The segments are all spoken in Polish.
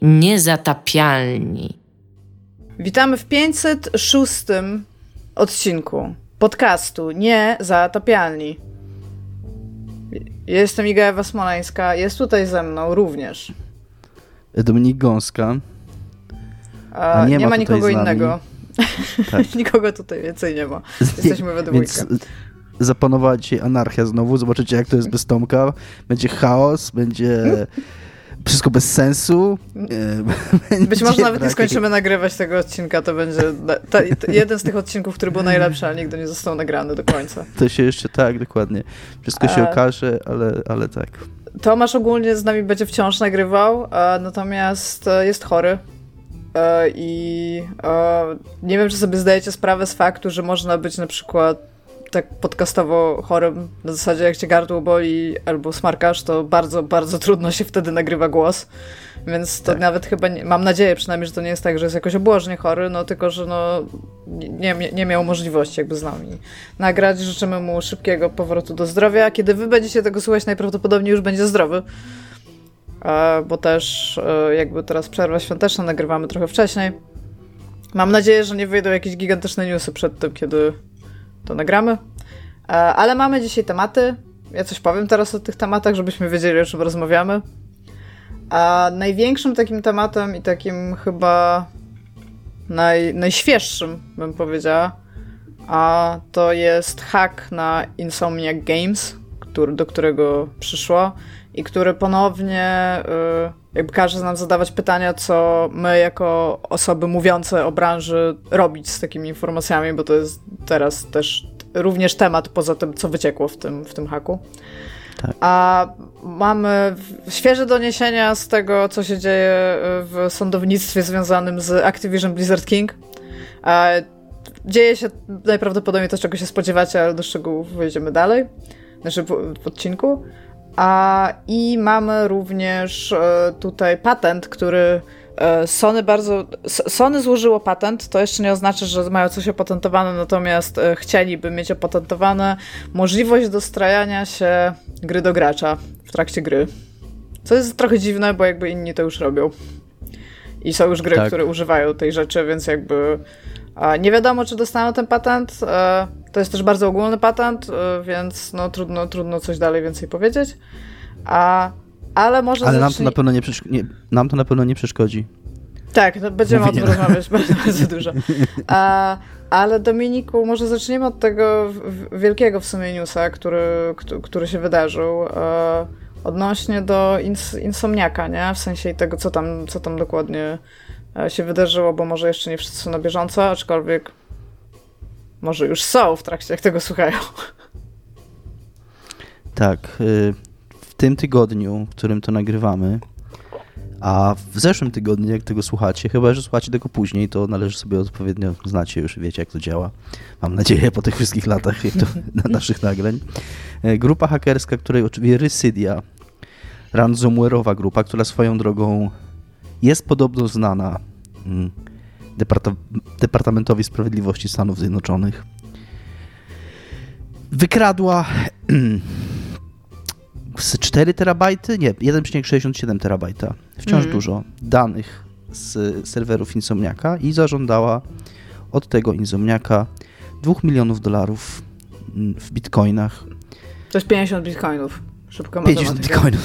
Niezatapialni. Witamy w 506 odcinku podcastu Niezatapialni. Jestem Iga Ewa Smoleńska, jest tutaj ze mną również Dominik Gąska. Nie ma nikogo innego. Tak. Nikogo tutaj więcej nie ma. Jesteśmy we dwójkę. Zapanowała dzisiaj anarchia znowu. Zobaczycie, jak to jest bez Tomka. Będzie chaos, będzie wszystko bez sensu. Być może nawet nie skończymy nagrywać tego odcinka. To będzie jeden z tych odcinków, który był najlepszy, ale nigdy nie został nagrany do końca. To się jeszcze tak, dokładnie. Wszystko się okaże, ale tak. Tomasz ogólnie z nami będzie wciąż nagrywał, natomiast jest chory. I nie wiem, czy sobie zdajecie sprawę z faktu, że można być na przykład tak podcastowo chorym, na zasadzie jak cię gardło boli albo smarkasz, to bardzo, bardzo trudno się wtedy nagrywa głos, więc to nawet chyba, mam nadzieję przynajmniej, że to nie jest tak, że jest jakoś obłożnie chory, no tylko, że nie miał możliwości jakby z nami nagrać. Życzymy mu szybkiego powrotu do zdrowia. Kiedy wy będziecie tego słuchać, najprawdopodobniej już będzie zdrowy, bo też jakby teraz przerwa świąteczna, nagrywamy trochę wcześniej. Mam nadzieję, że nie wyjdą jakieś gigantyczne newsy przed tym, kiedy to nagramy. Ale mamy dzisiaj tematy. Ja coś powiem teraz o tych tematach, żebyśmy wiedzieli, o czym rozmawiamy. A największym takim tematem i takim chyba najświeższym, bym powiedziała, a to jest hack na Insomniac Games, do którego przyszło i który ponownie jakby każe nam zadawać pytania, co my jako osoby mówiące o branży robić z takimi informacjami, bo to jest teraz też również temat poza tym, co wyciekło w tym haku. Tak. A mamy świeże doniesienia z tego, co się dzieje w sądownictwie związanym z Activision Blizzard King. Dzieje się najprawdopodobniej to, czego się spodziewacie, ale do szczegółów wejdziemy dalej, znaczy w odcinku. I mamy również tutaj patent, który Sony złożyło patent. To jeszcze nie oznacza, że mają coś opatentowane, natomiast chcieliby mieć opatentowane możliwość dostrajania się gry do gracza w trakcie gry. Co jest trochę dziwne, bo jakby inni to już robią. I są już gry, które używają tej rzeczy, więc jakby nie wiadomo, czy dostaną ten patent. To jest też bardzo ogólny patent, więc no trudno coś dalej więcej powiedzieć. Ale może nam to na pewno nie przeszkodzi. Tak, to będziemy o tym rozmawiać bardzo dużo. Ale Dominiku, może zaczniemy od tego wielkiego w sumie newsa, który się wydarzył odnośnie do Insomniaka, nie? W sensie tego, co tam dokładnie się wydarzyło, bo może jeszcze nie wszyscy są na bieżąco, aczkolwiek może już są w trakcie, jak tego słuchają. Tak, w tym tygodniu, w którym to nagrywamy, a w zeszłym tygodniu, jak tego słuchacie, chyba że słuchacie tego później, to należy sobie odpowiednio, znacie już, wiecie, jak to działa. Mam nadzieję, po tych wszystkich latach naszych nagrań. Grupa hakerska, której oczywiście Ryzydia, ransomware'owa grupa, która swoją drogą jest podobno znana Departamentowi Sprawiedliwości Stanów Zjednoczonych, wykradła z 4 terabajty, nie, 1,67 terabajta, wciąż dużo danych z serwerów Insomniaka i zażądała od tego Insomniaka $2 milionów w bitcoinach. To jest 50 bitcoinów. Szybko 50 bitcoinów.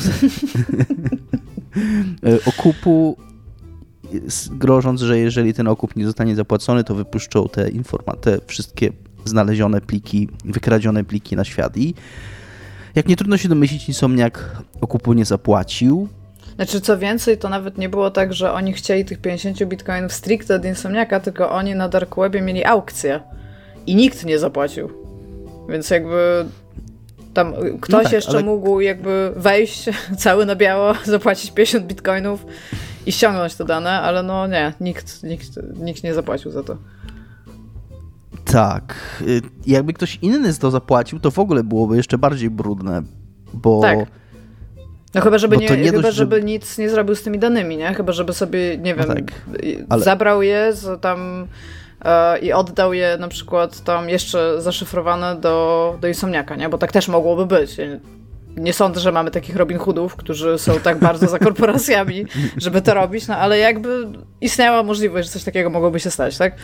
Okupu, grożąc, że jeżeli ten okup nie zostanie zapłacony, to wypuszczą te wszystkie znalezione pliki, wykradzione pliki na świat. I jak nie trudno się domyślić, Insomniac okupu nie zapłacił. Znaczy, co więcej, to nawet nie było tak, że oni chcieli tych 50 bitcoinów stricte od Insomniaka, tylko oni na Dark Webie mieli aukcję i nikt nie zapłacił. Więc jakby tam ktoś jeszcze mógł jakby wejść cały na biało, zapłacić 50 bitcoinów i ściągnąć te dane, ale no nie, nikt nie zapłacił za to. Tak. Jakby ktoś inny to zapłacił, to w ogóle byłoby jeszcze bardziej brudne, bo... Tak. No chyba, żeby nic nie zrobił z tymi danymi, nie? Chyba, żeby sobie, nie wiem, zabrał je i oddał je na przykład tam jeszcze zaszyfrowane do Insomniaka, nie? Bo tak też mogłoby być. nie sądzę, że mamy takich Robin Hoodów, którzy są tak bardzo za korporacjami, żeby to robić, no ale jakby istniała możliwość, że coś takiego mogłoby się stać, tak?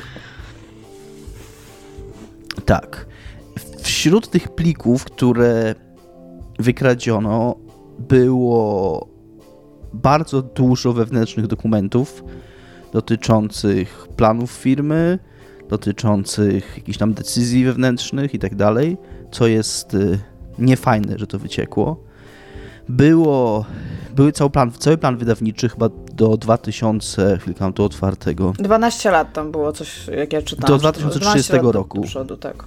Tak. Wśród tych plików, które wykradziono, było bardzo dużo wewnętrznych dokumentów dotyczących planów firmy, dotyczących jakichś tam decyzji wewnętrznych i tak dalej, co jest niefajne, że to wyciekło. Był cały plan wydawniczy chyba do 2000, chwilkę mam tu otwartego. 12 lat tam było coś, jak ja czytałem. Do 2030 roku. Do przodu, tak.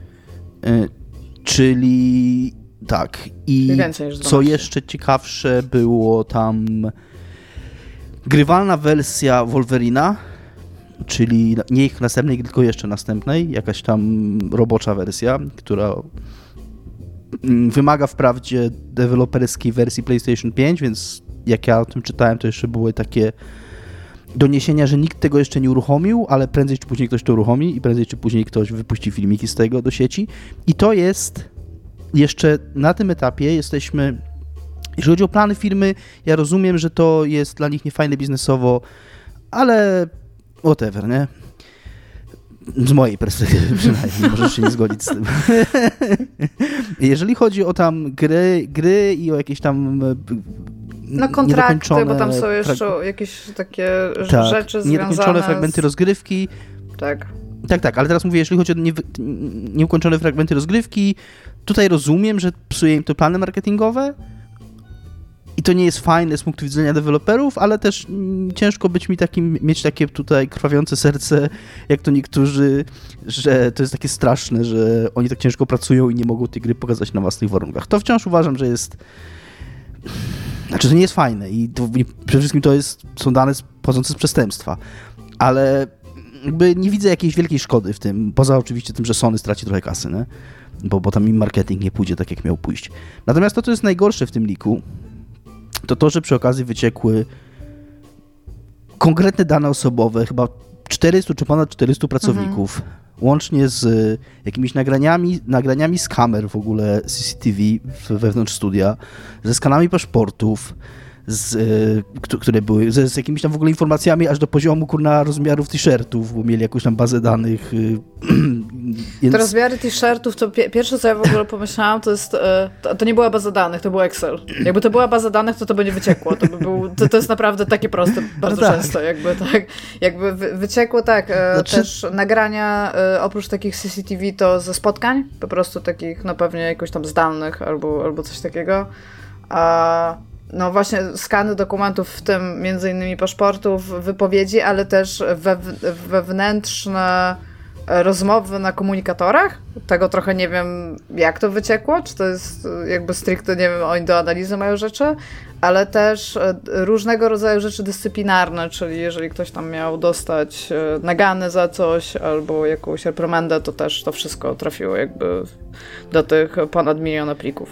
Czyli tak. I co jeszcze ciekawsze, było tam grywalna wersja Wolverina, czyli nie ich następnej, tylko jeszcze następnej, jakaś tam robocza wersja, która wymaga wprawdzie deweloperskiej wersji PlayStation 5, więc jak ja o tym czytałem, to jeszcze były takie doniesienia, że nikt tego jeszcze nie uruchomił, ale prędzej czy później ktoś to uruchomi i prędzej czy później ktoś wypuści filmiki z tego do sieci. I to jest jeszcze na tym etapie jesteśmy, jeżeli chodzi o plany firmy, ja rozumiem, że to jest dla nich niefajne biznesowo, ale whatever, nie? Z mojej perspektywy przynajmniej, możesz się nie zgodzić z tym. Jeżeli chodzi o tam gry i o jakieś tam kontrakty, bo tam są jeszcze jakieś takie rzeczy związane niedokończone fragmenty rozgrywki. Tak. Tak, ale teraz mówię, jeżeli chodzi o nieukończone fragmenty rozgrywki, tutaj rozumiem, że psuje im to plany marketingowe i to nie jest fajne z punktu widzenia deweloperów, ale też ciężko mieć takie tutaj krwawiące serce, jak to niektórzy, że to jest takie straszne, że oni tak ciężko pracują i nie mogą tej gry pokazać na własnych warunkach. To wciąż uważam, że jest... Znaczy, to nie jest fajne i przede wszystkim są dane pochodzące z przestępstwa, ale jakby nie widzę jakiejś wielkiej szkody w tym, poza oczywiście tym, że Sony straci trochę kasy, nie? Bo tam im marketing nie pójdzie tak, jak miał pójść. Natomiast to, co jest najgorsze w tym liku, to, że przy okazji wyciekły konkretne dane osobowe, chyba 400 czy ponad 400 pracowników, łącznie z jakimiś nagraniami z kamer w ogóle CCTV wewnątrz studia, ze skanami paszportów, które były z jakimiś tam w ogóle informacjami aż do poziomu rozmiarów t-shirtów, bo mieli jakąś tam bazę danych. Te rozmiary t-shirtów, to pierwsze, co ja w ogóle pomyślałam, to jest, to nie była baza danych, to był Excel. Jakby to była baza danych, to by nie wyciekło. To jest naprawdę takie proste bardzo często. Jakby wyciekło też nagrania oprócz takich CCTV to ze spotkań, po prostu takich pewnie jakoś tam zdalnych albo coś takiego. No właśnie skany dokumentów, w tym między innymi paszportów, wypowiedzi, ale też wewnętrzne rozmowy na komunikatorach. Tego trochę nie wiem, jak to wyciekło, czy to jest jakby stricte, nie wiem, oni do analizy mają rzeczy, ale też różnego rodzaju rzeczy dyscyplinarne, czyli jeżeli ktoś tam miał dostać nagany za coś albo jakąś reprymendę, to też to wszystko trafiło jakby do tych ponad 1 miliona plików.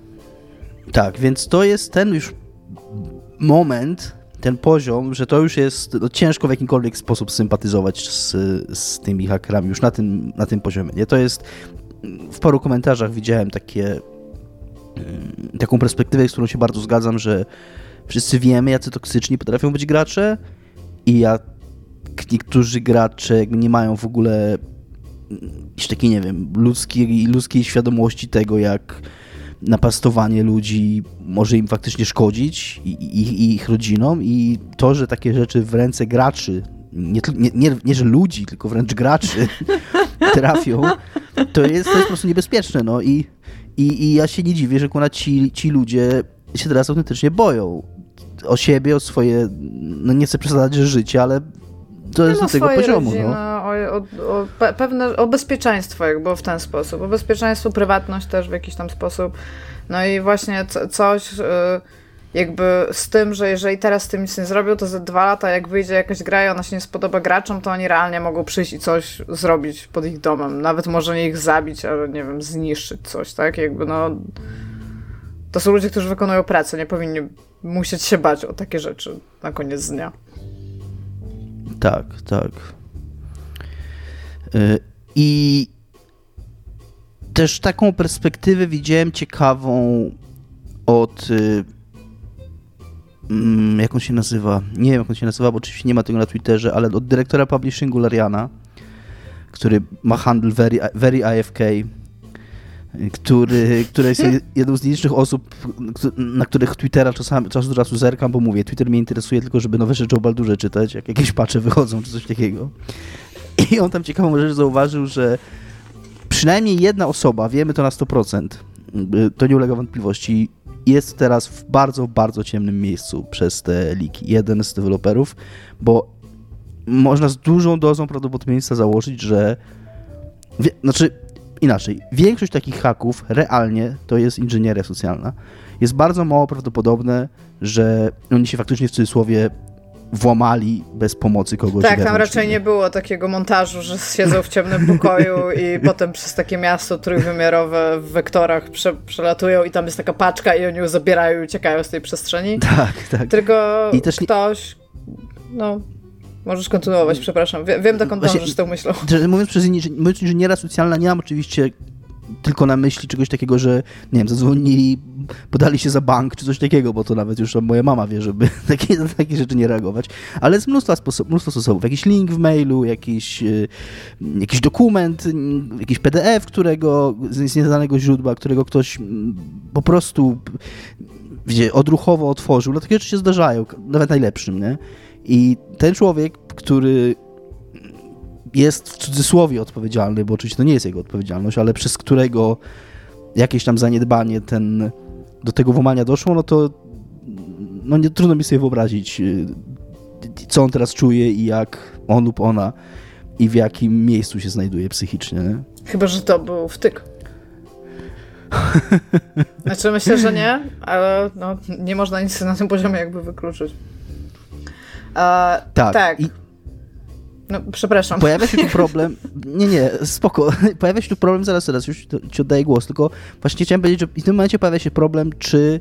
Tak, więc to jest ten już moment, ten poziom, że to już jest ciężko w jakimkolwiek sposób sympatyzować z tymi hakerami już na tym poziomie. Nie? To jest, w paru komentarzach widziałem taką perspektywę, z którą się bardzo zgadzam, że wszyscy wiemy, jacy toksyczni potrafią być gracze i jak niektórzy gracze jakby nie mają w ogóle jakiejś takiej, nie wiem, ludzkiej świadomości tego, jak napastowanie ludzi może im faktycznie szkodzić i ich rodzinom, i to, że takie rzeczy w ręce graczy, nie że ludzi, tylko wręcz graczy trafią, to jest po prostu niebezpieczne. No. I ja się nie dziwię, że ci ludzie się teraz autentycznie boją o siebie, o swoje, no nie chcę przesadzać, że życie, ale to jest do tego poziomu. Rodziny, o bezpieczeństwo jakby w ten sposób, o bezpieczeństwo, prywatność też w jakiś tam sposób. No i właśnie coś jakby z tym, że jeżeli teraz z tym nic nie zrobią, to za 2 lata jak wyjdzie jakaś gra i ona się nie spodoba graczom, to oni realnie mogą przyjść i coś zrobić pod ich domem. Nawet może nie ich zabić, ale nie wiem, zniszczyć coś, tak? Jakby to są ludzie, którzy wykonują pracę, nie powinni musieć się bać o takie rzeczy na koniec dnia. Tak. I też taką perspektywę widziałem ciekawą od... jak on się nazywa? Nie wiem, jak on się nazywa, bo oczywiście nie ma tego na Twitterze, ale od dyrektora publishingu Lariana, który ma handel Very IFK, który jest jedną z nielicznych osób, na których Twittera czasu do czasu zerkam, bo mówię, Twitter mnie interesuje tylko, żeby nowe rzeczy o Baldurze czytać, jak jakieś patche wychodzą, czy coś takiego. I on tam ciekawą rzecz zauważył, że przynajmniej jedna osoba, wiemy to na 100%, to nie ulega wątpliwości, jest teraz w bardzo, bardzo ciemnym miejscu przez te leaki. Jeden z deweloperów, bo można z dużą dozą prawdopodobieństwa założyć, że inaczej, większość takich haków realnie to jest inżynieria socjalna. Jest bardzo mało prawdopodobne, że oni się faktycznie w cudzysłowie włamali bez pomocy kogoś. Tak, tam raczej nie było takiego montażu, że siedzą w ciemnym pokoju i potem przez takie miasto trójwymiarowe w wektorach przelatują i tam jest taka paczka i oni ją zabierają i uciekają z tej przestrzeni. Tak. Tylko i też ktoś... No, możesz kontynuować, przepraszam. Wiem dokąd dążysz z tą myślą. Mówiąc inżynieria socjalna, nie mam oczywiście tylko na myśli czegoś takiego, że nie wiem, zadzwonili, podali się za bank, czy coś takiego, bo to nawet już moja mama wie, żeby takie rzeczy nie reagować. Ale jest mnóstwo sposobów. Jakiś link w mailu, jakiś dokument, jakiś PDF, którego z nieznanego źródła, którego ktoś po prostu odruchowo otworzył. No takie rzeczy się zdarzają, nawet najlepszym, nie? I ten człowiek, który jest w cudzysłowie odpowiedzialny, bo oczywiście to nie jest jego odpowiedzialność, ale przez którego jakieś tam zaniedbanie do tego włamania doszło, no to trudno mi sobie wyobrazić, co on teraz czuje i jak on lub ona i w jakim miejscu się znajduje psychicznie. Nie? Chyba, że to był wtyk. Znaczy myślę, że nie, ale nie można nic na tym poziomie jakby wykluczyć. Tak. No, przepraszam. Pojawia się tu problem... Nie, spoko. Pojawia się tu problem, zaraz, już ci oddaję głos, tylko właśnie chciałem powiedzieć, że w tym momencie pojawia się problem, czy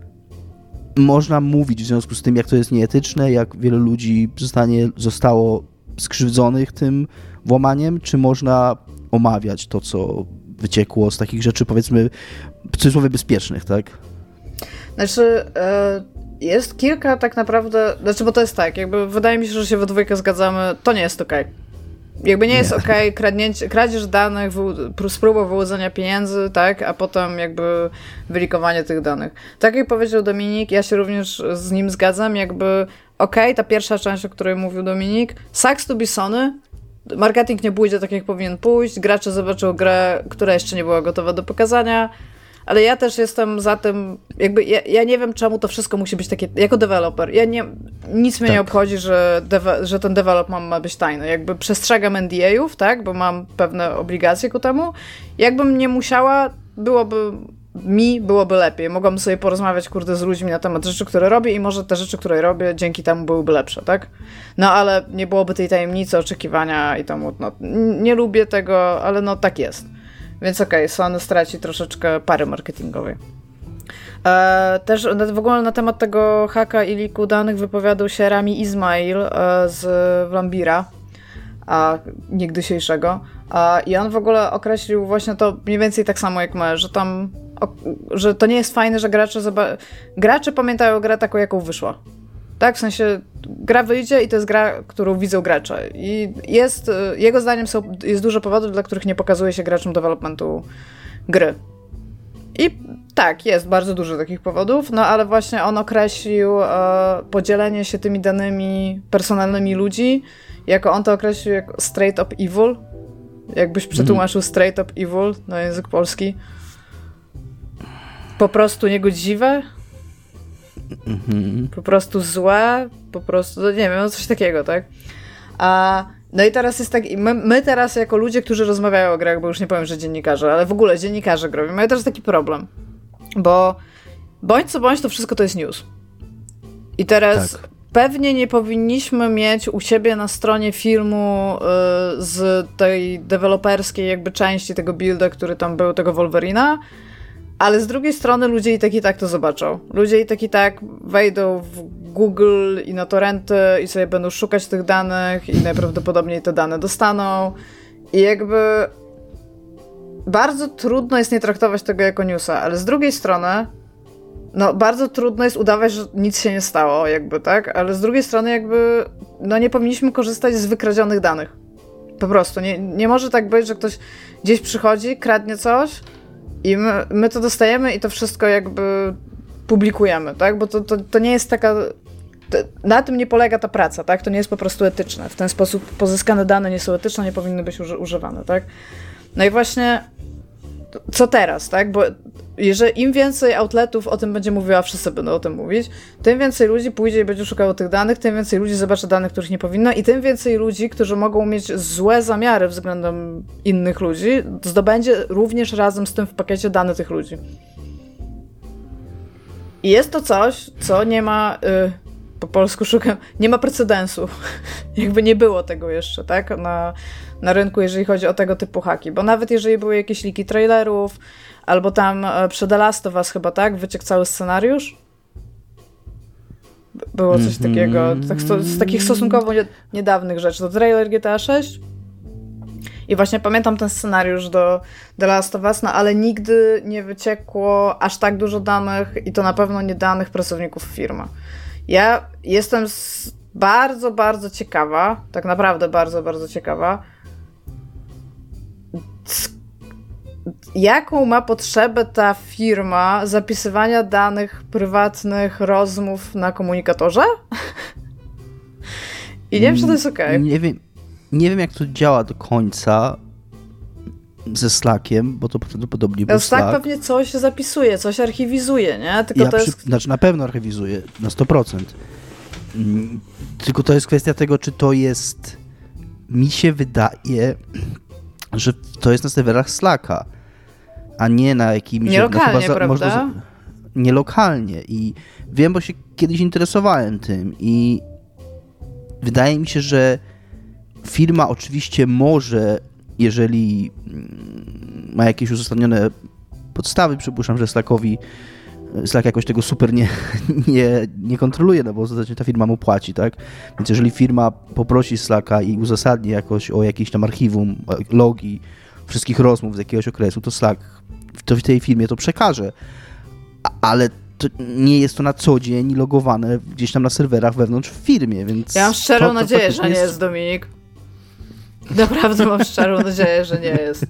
można mówić w związku z tym, jak to jest nieetyczne, jak wiele ludzi zostało skrzywdzonych tym włamaniem, czy można omawiać to, co wyciekło z takich rzeczy, powiedzmy, w cudzysłowie bezpiecznych, tak? Znaczy... Jest kilka tak naprawdę, bo to jest tak, jakby wydaje mi się, że się we dwójkę zgadzamy, to nie jest okej. Jakby nie jest okej kradzież danych z próbą wyłudzenia pieniędzy, tak, a potem jakby wylikowanie tych danych. Tak jak powiedział Dominik, ja się również z nim zgadzam, jakby ta pierwsza część, o której mówił Dominik, sucks to be Sony, marketing nie pójdzie tak, jak powinien pójść, gracze zobaczą grę, która jeszcze nie była gotowa do pokazania, ale ja też jestem za tym, jakby ja nie wiem, czemu to wszystko musi być takie, jako deweloper, nic mnie nie obchodzi, że ten development ma być tajny, jakby przestrzegam NDA-ów, tak, bo mam pewne obligacje ku temu, jakbym nie musiała, byłoby lepiej, mogłabym sobie porozmawiać, z ludźmi na temat rzeczy, które robię i może te rzeczy, które robię, dzięki temu byłyby lepsze, tak, ale nie byłoby tej tajemnicy, oczekiwania i temu, nie lubię tego, ale tak jest. Więc Sony straci troszeczkę pary marketingowej. Też w ogóle na temat tego haka i liku danych wypowiadał się Rami Ismail z Vlambeera, niegdysiejszego. I on w ogóle określił właśnie to mniej więcej tak samo jak my, że to nie jest fajne, że gracze pamiętają grę taką, jaką wyszła. Tak, w sensie gra wyjdzie i to jest gra, którą widzą gracze. I jego zdaniem jest dużo powodów, dla których nie pokazuje się graczom developmentu gry. I tak, jest bardzo dużo takich powodów, ale właśnie on określił podzielenie się tymi danymi personalnymi ludzi, jako on to określił jako straight up evil. Jakbyś przetłumaczył straight up evil na język polski. Po prostu niegodziwe. Po prostu złe, po prostu, nie wiem, coś takiego, tak? No i teraz jest tak, my teraz jako ludzie, którzy rozmawiają o grach, bo już nie powiem, że dziennikarze, ale w ogóle dziennikarze growi, mają teraz taki problem, bo bądź co bądź to wszystko to jest news. I teraz pewnie nie powinniśmy mieć u siebie na stronie filmu z tej deweloperskiej jakby części tego builda, który tam był, tego Wolverina, ale z drugiej strony ludzie i tak to zobaczą. Ludzie i tak wejdą w Google i na torrenty i sobie będą szukać tych danych i najprawdopodobniej te dane dostaną. I jakby bardzo trudno jest nie traktować tego jako newsa, ale z drugiej strony no bardzo trudno jest udawać, że nic się nie stało, jakby, tak? Ale z drugiej strony jakby, no nie powinniśmy korzystać z wykradzionych danych. Po prostu. Nie może tak być, że ktoś gdzieś przychodzi, kradnie coś i my to dostajemy i to wszystko jakby publikujemy, tak? Bo to nie jest taka... Na tym nie polega ta praca, tak? To nie jest po prostu etyczne. W ten sposób pozyskane dane nie są etyczne, nie powinny być używane, tak? No i właśnie co teraz, tak? Bo jeżeli im więcej outletów o tym będzie mówiła, wszyscy będą o tym mówić, tym więcej ludzi pójdzie i będzie szukało tych danych, tym więcej ludzi zobaczy danych, których nie powinno i tym więcej ludzi, którzy mogą mieć złe zamiary względem innych ludzi, zdobędzie również razem z tym w pakiecie dane tych ludzi. I jest to coś, co nie ma... po polsku szukam, nie ma precedensu. Jakby nie było tego jeszcze, tak? Na rynku, jeżeli chodzi o tego typu haki. Bo nawet jeżeli były jakieś leaky trailerów, albo tam przy The Last of Us chyba, tak? Wyciekł cały scenariusz. Było coś takiego, z takich stosunkowo niedawnych rzeczy. To trailer GTA 6. I właśnie pamiętam ten scenariusz do The Last of Us, no ale nigdy nie wyciekło aż tak dużo danych i to na pewno nie danych pracowników firmy. Ja jestem bardzo, bardzo ciekawa, tak naprawdę bardzo, bardzo ciekawa, jaką ma potrzebę ta firma zapisywania danych prywatnych rozmów na komunikatorze? I nie wiem, czy to jest okej. Nie wiem, jak to działa do końca ze Slackiem, bo to prawdopodobnie był Slack. Slack pewnie coś zapisuje, coś archiwizuje, nie? Tylko to jest... Znaczy na pewno archiwizuje, na 100%. Tylko to jest kwestia tego, czy to jest... Mi się wydaje, że to jest na serwerach Slacka, a nie na jakimś... Nielokalnie, prawda? Nielokalnie. I wiem, bo się kiedyś interesowałem tym i wydaje mi się, że firma oczywiście może, jeżeli ma jakieś uzasadnione podstawy, przypuszczam, że Slack jakoś tego super nie kontroluje, no bo w zasadzie ta firma mu płaci, tak? Więc jeżeli firma poprosi Slacka i uzasadni jakoś o jakieś tam archiwum, logi wszystkich rozmów z jakiegoś okresu, to Slack w tej firmie to przekaże. Ale to nie jest to na co dzień logowane gdzieś tam na serwerach wewnątrz w firmie, więc... Ja mam szczerą nadzieję, że nie jest, Dominik. Naprawdę mam szczerą nadzieję, że nie jest.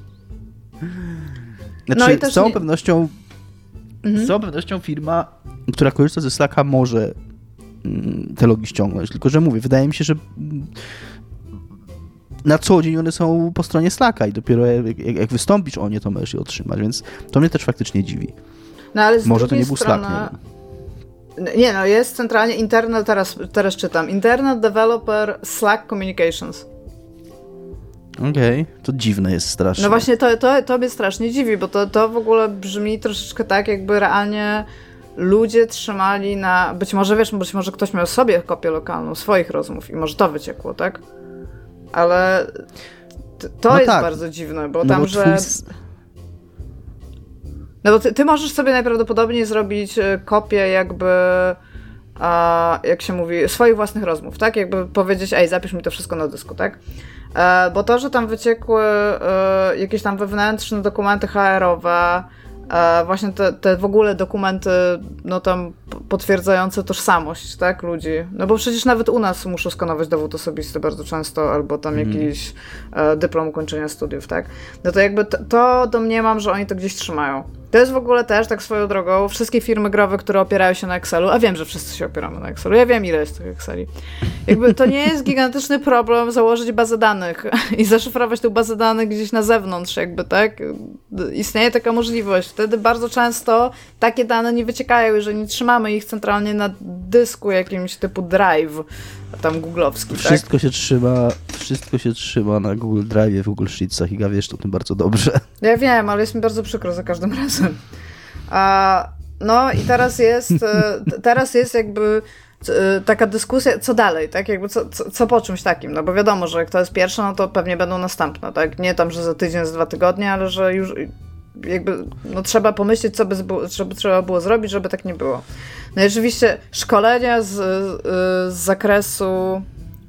Znaczy, no i też z całą pewnością firma, która korzysta ze Slacka, może te logi ściągnąć. Tylko że mówię, wydaje mi się, że na co dzień one są po stronie Slacka i dopiero jak wystąpisz o nie, to możesz je otrzymać, więc to mnie też faktycznie dziwi. No ale z może to nie był strony... Slack, nie no, jest centralnie internal, teraz czytam, Internal Developer Slack Communications. Okej, to dziwne jest strasznie. No właśnie, to mnie strasznie dziwi, bo to w ogóle brzmi troszeczkę tak, jakby realnie ludzie trzymali na... Być może ktoś miał sobie kopię lokalną swoich rozmów i może to wyciekło, tak? Ale to jest tak bardzo dziwne, bo tam, że... No bo ty możesz sobie najprawdopodobniej zrobić kopię jakby, jak się mówi, swoich własnych rozmów, tak? Jakby powiedzieć, zapisz mi to wszystko na dysku, tak? Bo to, że tam wyciekły jakieś tam wewnętrzne dokumenty HR-owe, właśnie te w ogóle dokumenty, no tam potwierdzające tożsamość, tak, ludzi. No bo przecież nawet u nas muszą skanować dowód osobisty bardzo często, albo tam jakiś dyplom ukończenia studiów, tak. No to jakby to domniemam, że oni to gdzieś trzymają. To jest w ogóle też, tak swoją drogą, wszystkie firmy growe, które opierają się na Excelu, a wiem, że wszyscy się opieramy na Excelu, ja wiem, ile jest tych Exceli. Jakby to nie jest gigantyczny problem założyć bazę danych i zaszyfrować tę bazę danych gdzieś na zewnątrz, jakby, tak? Istnieje taka możliwość. Wtedy bardzo często takie dane nie wyciekają, jeżeli nie trzymamy ich centralnie na dysku jakimś typu Drive, tam googlowski, wszystko tak? Wszystko się trzyma na Google Drive, w Google Sheetsach i wiesz to tym bardzo dobrze. Ja wiem, ale jest mi bardzo przykro za każdym razem. No i teraz jest jakby taka dyskusja, co dalej, tak? Jakby co po czymś takim, no bo wiadomo, że jak to jest pierwsze, no to pewnie będą następne, tak? Nie tam, że za tydzień, za 2 tygodnie, ale że już jakby, no trzeba pomyśleć, co by trzeba było zrobić, żeby tak nie było. No i oczywiście szkolenia z zakresu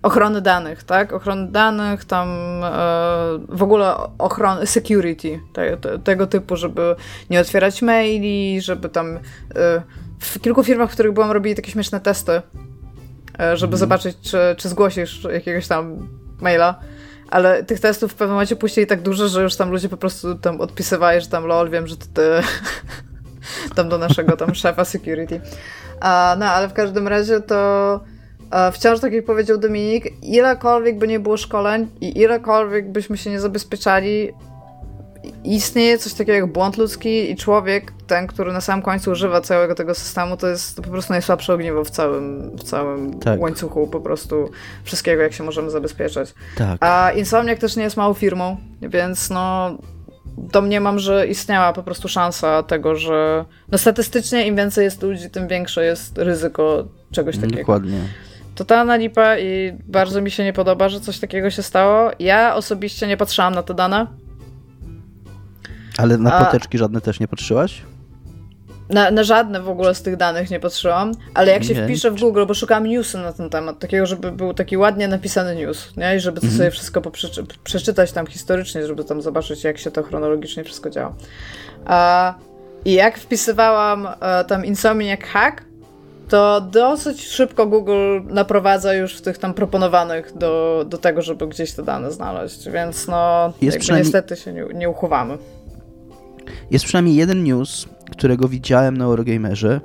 ochrony danych, tak? Ochrony danych, tam w ogóle ochrony, security, tego typu, żeby nie otwierać maili, żeby tam w kilku firmach, w których byłam, robili takie śmieszne testy, żeby zobaczyć, czy zgłosisz jakiegoś tam maila, ale tych testów w pewnym momencie puścili tak dużo, że już tam ludzie po prostu tam odpisywali, że tam lol, wiem, że to ty tam do naszego tam szefa security. No, ale w każdym razie to wciąż, tak jak powiedział Dominik, ilekolwiek by nie było szkoleń i ilekolwiek byśmy się nie zabezpieczali, istnieje coś takiego jak błąd ludzki i człowiek, ten, który na samym końcu używa całego tego systemu, to jest po prostu najsłabsze ogniwo w całym tak. łańcuchu po prostu wszystkiego, jak się możemy zabezpieczać. Tak. A Insomniac też nie jest małą firmą, więc no domniemam, że istniała po prostu szansa tego, że no statystycznie im więcej jest ludzi, tym większe jest ryzyko czegoś takiego. Dokładnie. Totalna lipa i bardzo mi się nie podoba, że coś takiego się stało. Ja osobiście nie patrzyłam na te dane. Ale na ploteczki żadne też nie patrzyłaś? Na żadne w ogóle z tych danych nie patrzyłam, ale jak się wpiszę w Google, bo szukałam newsy na ten temat, takiego, żeby był taki ładnie napisany news, nie? I żeby to sobie wszystko przeczytać tam historycznie, żeby tam zobaczyć, jak się to chronologicznie wszystko działo. I jak wpisywałam tam Insomniac hack, to dosyć szybko Google naprowadza już w tych tam proponowanych do tego, żeby gdzieś te dane znaleźć, więc no niestety się nie uchowamy. Jest przynajmniej jeden news, którego widziałem na Eurogamerze,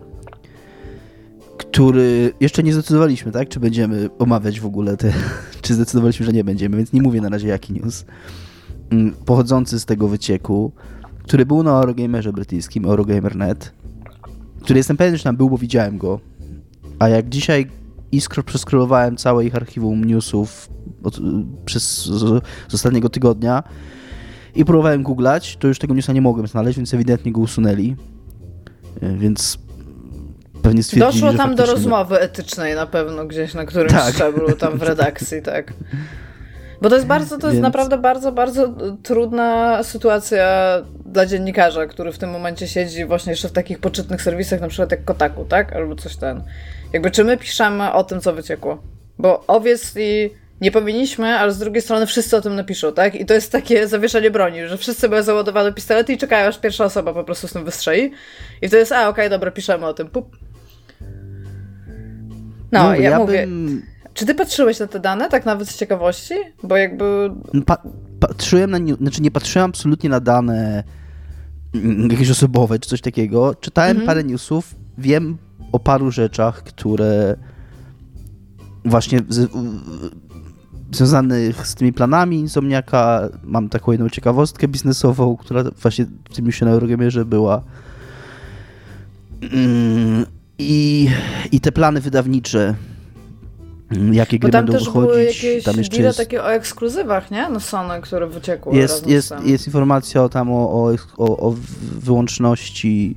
który jeszcze nie zdecydowaliśmy, tak? Czy będziemy omawiać w ogóle czy zdecydowaliśmy, że nie będziemy, więc nie mówię na razie jaki news. Pochodzący z tego wycieku, który był na Eurogamerze brytyjskim, Eurogamer.net, który jestem pewien, że tam był, bo widziałem go. A jak dzisiaj przeskrolowałem całe ich archiwum newsów z ostatniego tygodnia i próbowałem googlać, to już tego newsa nie mogłem znaleźć, więc ewidentnie go usunęli. Więc pewnie stwierdzili, doszło że tam faktycznie... do rozmowy etycznej na pewno gdzieś na którymś szczeblu tam w redakcji, tak. Bo to jest naprawdę bardzo, bardzo trudna sytuacja dla dziennikarza, który w tym momencie siedzi właśnie jeszcze w takich poczytnych serwisach, na przykład jak Kotaku, tak? Albo coś ten. Jakby czy my piszemy o tym, co wyciekło? Bo obviously nie powinniśmy, ale z drugiej strony wszyscy o tym napiszą, tak? I to jest takie zawieszenie broni, że wszyscy mają załadowane pistolety i czekają, aż pierwsza osoba po prostu z tym wystrzeli. I to jest, okej, dobra, piszemy o tym, pup. No, ja mówię... Czy ty patrzyłeś na te dane, tak nawet z ciekawości? Bo jakby... Patrzyłem nie patrzyłem absolutnie na dane jakieś osobowe, czy coś takiego. Czytałem parę newsów, wiem o paru rzeczach, które właśnie związanych z tymi planami Insomniaka. Mam taką jedną ciekawostkę biznesową, która właśnie w tym newsie na Eurogamerze była. I te plany wydawnicze, jakie gry będą wychodzić. Bo tam też były jakieś deale takie o ekskluzywach, nie? No Sony, które wyciekły jest informacja o wyłączności,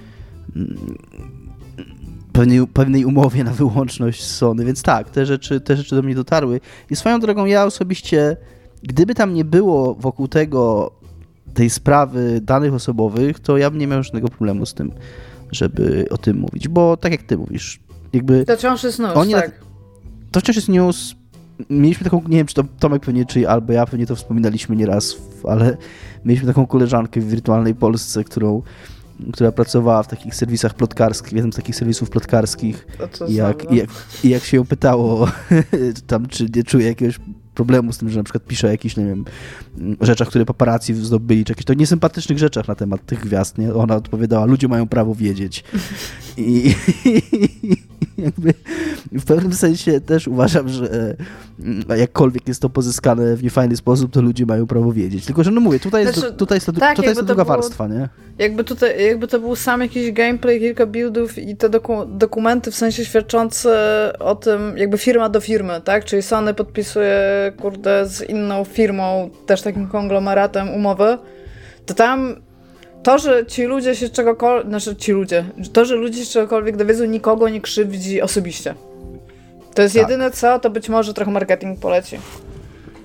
pewnej umowie na wyłączność Sony, więc tak, te rzeczy do mnie dotarły. I swoją drogą ja osobiście, gdyby tam nie było wokół tej sprawy danych osobowych, to ja bym nie miał żadnego problemu z tym, żeby o tym mówić, bo tak jak ty mówisz, jakby... To wciąż jest news, tak. To wciąż jest news. Mieliśmy taką, nie wiem, czy to Tomek pewnie, czy albo ja pewnie to wspominaliśmy nieraz, ale mieliśmy taką koleżankę w wirtualnej Polsce, która pracowała w takich serwisach plotkarskich, jednym z takich serwisów plotkarskich. I jak się ją pytało tam, czy nie czuje jakiegoś problemu z tym, że na przykład pisze o jakichś, nie wiem, rzeczach, które paparazzi zdobyli, czy jakichś to niesympatycznych rzeczach na temat tych gwiazd, nie? Ona odpowiadała, ludzie mają prawo wiedzieć. I jakby w pewnym sensie też uważam, że jakkolwiek jest to pozyskane w niefajny sposób, to ludzie mają prawo wiedzieć. Tylko, że no mówię, tutaj jest ta druga warstwa, nie? Jakby to był sam jakiś gameplay, kilka buildów i te dokumenty w sensie świadczące o tym, jakby firma do firmy, tak? Czyli Sony podpisuje, z inną firmą, też takim konglomeratem umowę, to tam to, że ci ludzie się czegokolwiek dowiedzą, nikogo nie krzywdzi osobiście. To jest jedyne co, to być może trochę marketing poleci.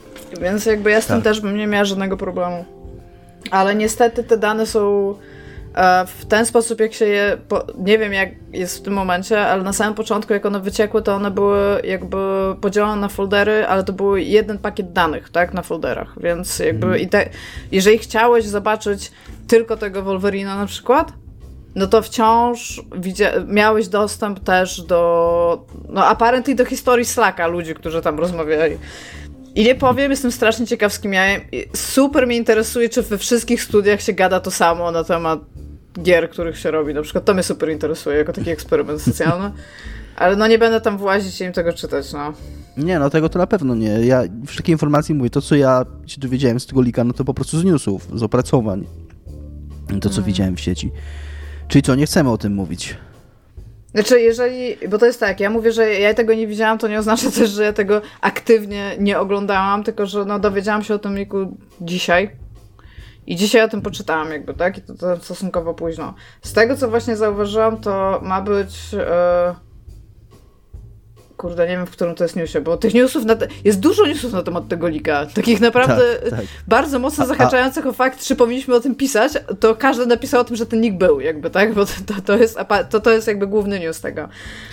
Więc jakby ja z tym też bym nie miała żadnego problemu. Ale niestety te dane są w ten sposób, jak się je... nie wiem, jak jest w tym momencie, ale na samym początku, jak one wyciekły, to one były jakby podzielone na foldery, ale to był jeden pakiet danych, tak, na folderach, więc jakby jeżeli chciałeś zobaczyć tylko tego Wolverina na przykład, no to wciąż miałeś dostęp też do, apparently do historii Slacka ludzi, którzy tam rozmawiali. I nie powiem, jestem strasznie ciekaw, z kim ja super mnie interesuje, czy we wszystkich studiach się gada to samo na temat gier, których się robi. Na przykład to mnie super interesuje, jako taki eksperyment socjalny. Ale nie będę tam włazić i im tego czytać, Nie, tego to na pewno nie. Ja wszystkie informacje mówię, to co ja się dowiedziałem z tego lika, to po prostu z newsów, z opracowań. To co widziałem w sieci. Czyli co, nie chcemy o tym mówić? Znaczy, bo to jest tak, ja mówię, że ja tego nie widziałam, to nie oznacza też, że ja tego aktywnie nie oglądałam, tylko że dowiedziałam się o tym liku dzisiaj. I dzisiaj o tym poczytałam jakby, tak? I to stosunkowo późno. Z tego, co właśnie zauważyłam, to ma być... Kurde, nie wiem, w którym to jest newsie, bo tych newsów jest dużo newsów na temat tego lika. Takich naprawdę bardzo mocno zahaczających o fakt, czy powinniśmy o tym pisać, to każdy napisał o tym, że ten nick był, jakby, tak? Bo to jest jakby główny news tego.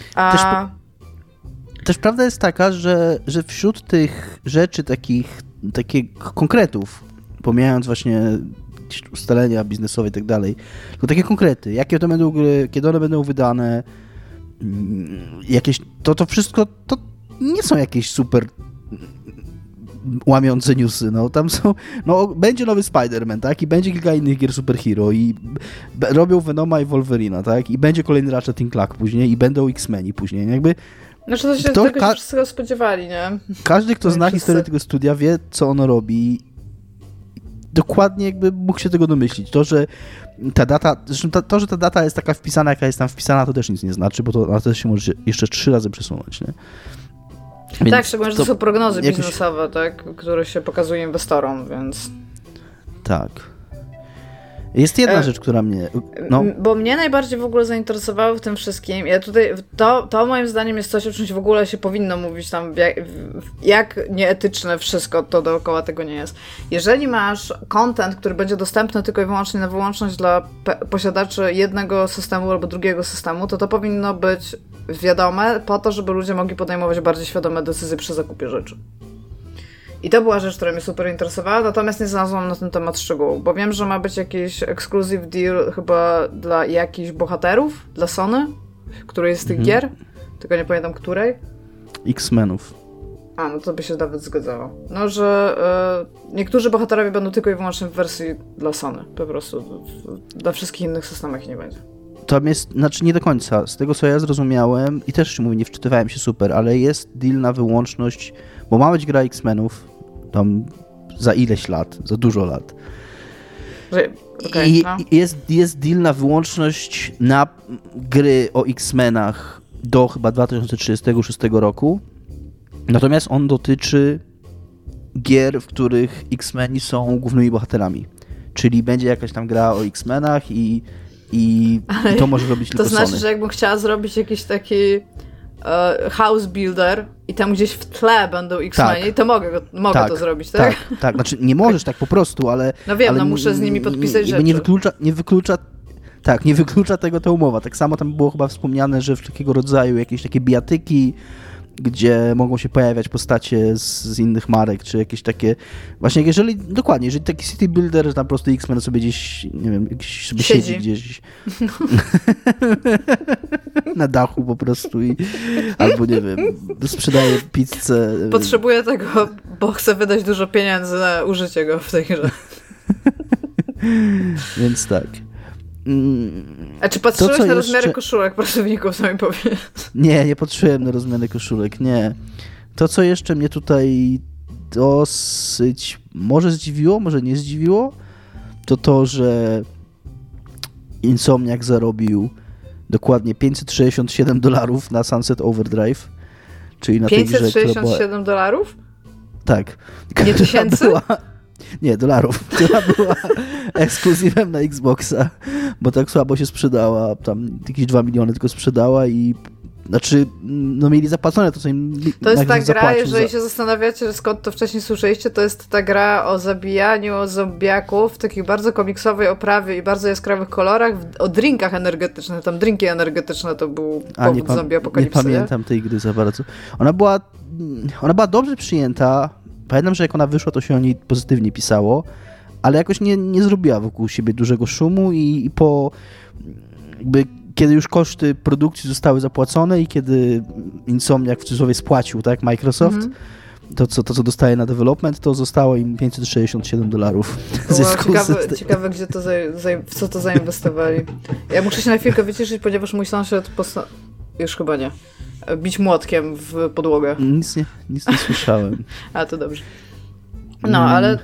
Też prawda jest taka, że wśród tych rzeczy takich konkretów, pomijając właśnie ustalenia biznesowe i tak dalej, to takie konkrety, jakie to będą gry, kiedy one będą wydane, jakieś, to wszystko, to nie są jakieś super łamiące newsy, tam są, będzie nowy Spider-Man, tak, i będzie kilka innych gier superhero i robią Venoma i Wolverina, tak, i będzie kolejny Ratchet & Clank później i będą X-Meni później, jakby znaczy to się tego się wszystkiego spodziewali, nie? Każdy, kto zna historię tego studia, wie, co ono robi. Dokładnie jakby mógł się tego domyślić. To, że ta data, zresztą że ta data jest taka wpisana, jaka jest tam wpisana, to też nic nie znaczy, bo to się może jeszcze 3 razy przesunąć, nie? Więc tak, szczególnie, że to są prognozy biznesowe, tak, które się pokazuje inwestorom, więc... Tak. Jest jedna rzecz, która mnie... Bo mnie najbardziej w ogóle zainteresowało w tym wszystkim, ja tutaj, to moim zdaniem jest coś, o czymś w ogóle się powinno mówić tam, jak nieetyczne wszystko to dookoła tego nie jest. Jeżeli masz content, który będzie dostępny tylko i wyłącznie na wyłączność dla posiadaczy jednego systemu albo drugiego systemu, to powinno być wiadome po to, żeby ludzie mogli podejmować bardziej świadome decyzje przy zakupie rzeczy. I to była rzecz, która mnie super interesowała, natomiast nie znalazłam na ten temat szczegółów, bo wiem, że ma być jakiś exclusive deal chyba dla jakichś bohaterów, dla Sony, której z tych gier, tylko nie pamiętam której. X-Menów. To by się nawet zgadzało. Że niektórzy bohaterowie będą tylko i wyłącznie w wersji dla Sony, po prostu. Dla wszystkich innych systemach nie będzie. Tam jest, znaczy nie do końca, z tego co ja zrozumiałem i też mówię, nie wczytywałem się super, ale jest deal na wyłączność, bo ma być gra X-Menów tam za ileś lat, za dużo lat. Jest deal na wyłączność na gry o X-Menach do chyba 2036 roku, natomiast on dotyczy gier, w których X-Meni są głównymi bohaterami, czyli będzie jakaś tam gra o X-Menach i to może robić tylko Sony. To znaczy, Sony. że jakbym chciała zrobić jakiś taki house builder i tam gdzieś w tle będą X-Meni, to mogę to zrobić, tak? Tak. Znaczy nie możesz tak po prostu, ale... Wiem, muszę z nimi podpisać rzeczy. Nie wyklucza tego ta umowa. Tak samo tam było chyba wspomniane, że w takiego rodzaju jakieś takie bijatyki, gdzie mogą się pojawiać postacie z innych marek, czy jakieś takie... Właśnie jeżeli taki city builder, że tam po prostu X-Men sobie gdzieś, nie wiem, sobie siedzi gdzieś na dachu po prostu albo nie wiem, sprzedaje pizzę. Potrzebuję tego, bo chcę wydać dużo pieniędzy na użycie go w tej grze. Więc tak. A czy patrzyłeś na rozmiary koszulek pracowników, co mi powiedz? Nie patrzyłem na rozmiary koszulek, nie. To, co jeszcze mnie tutaj dosyć może zdziwiło, może nie zdziwiło, to, że Insomniac zarobił dokładnie $567 na Sunset Overdrive, czyli na tej grze, $567? Tak. Nie tysięcy? Nie, dolarów, która była ekskluzywem na Xboxa, bo tak słabo się sprzedała, tam jakieś 2 miliony tylko sprzedała i Znaczy, no mieli zapłacone to, co im To jest ta gra, jeżeli się zastanawiacie, skąd to wcześniej słyszeliście, to jest ta gra o zabijaniu zombiaków w takiej bardzo komiksowej oprawie i bardzo jaskrawych kolorach, o drinkach energetycznych. Tam drinki energetyczne to był powód zombie apokalipsy. Nie pamiętam tej gry za bardzo. Ona była dobrze przyjęta. Pamiętam, że jak ona wyszła, to się o niej pozytywnie pisało, ale jakoś nie zrobiła wokół siebie dużego szumu i po jakby kiedy już koszty produkcji zostały zapłacone i kiedy Insomniac w cudzysłowie spłacił, tak, Microsoft, to co dostaje na development, to zostało im $567 zysku. Ciekawe, gdzie to w co to zainwestowali. Ja muszę się na chwilkę wyciszyć, ponieważ mój sąsiad już chyba nie. Bić młotkiem w podłogę. Nic nie słyszałem. A, to dobrze. No, ale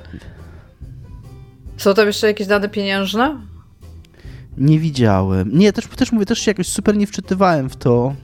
są tam jeszcze jakieś dane pieniężne? Nie widziałem. Nie, też mówię, też się jakoś super nie wczytywałem w to.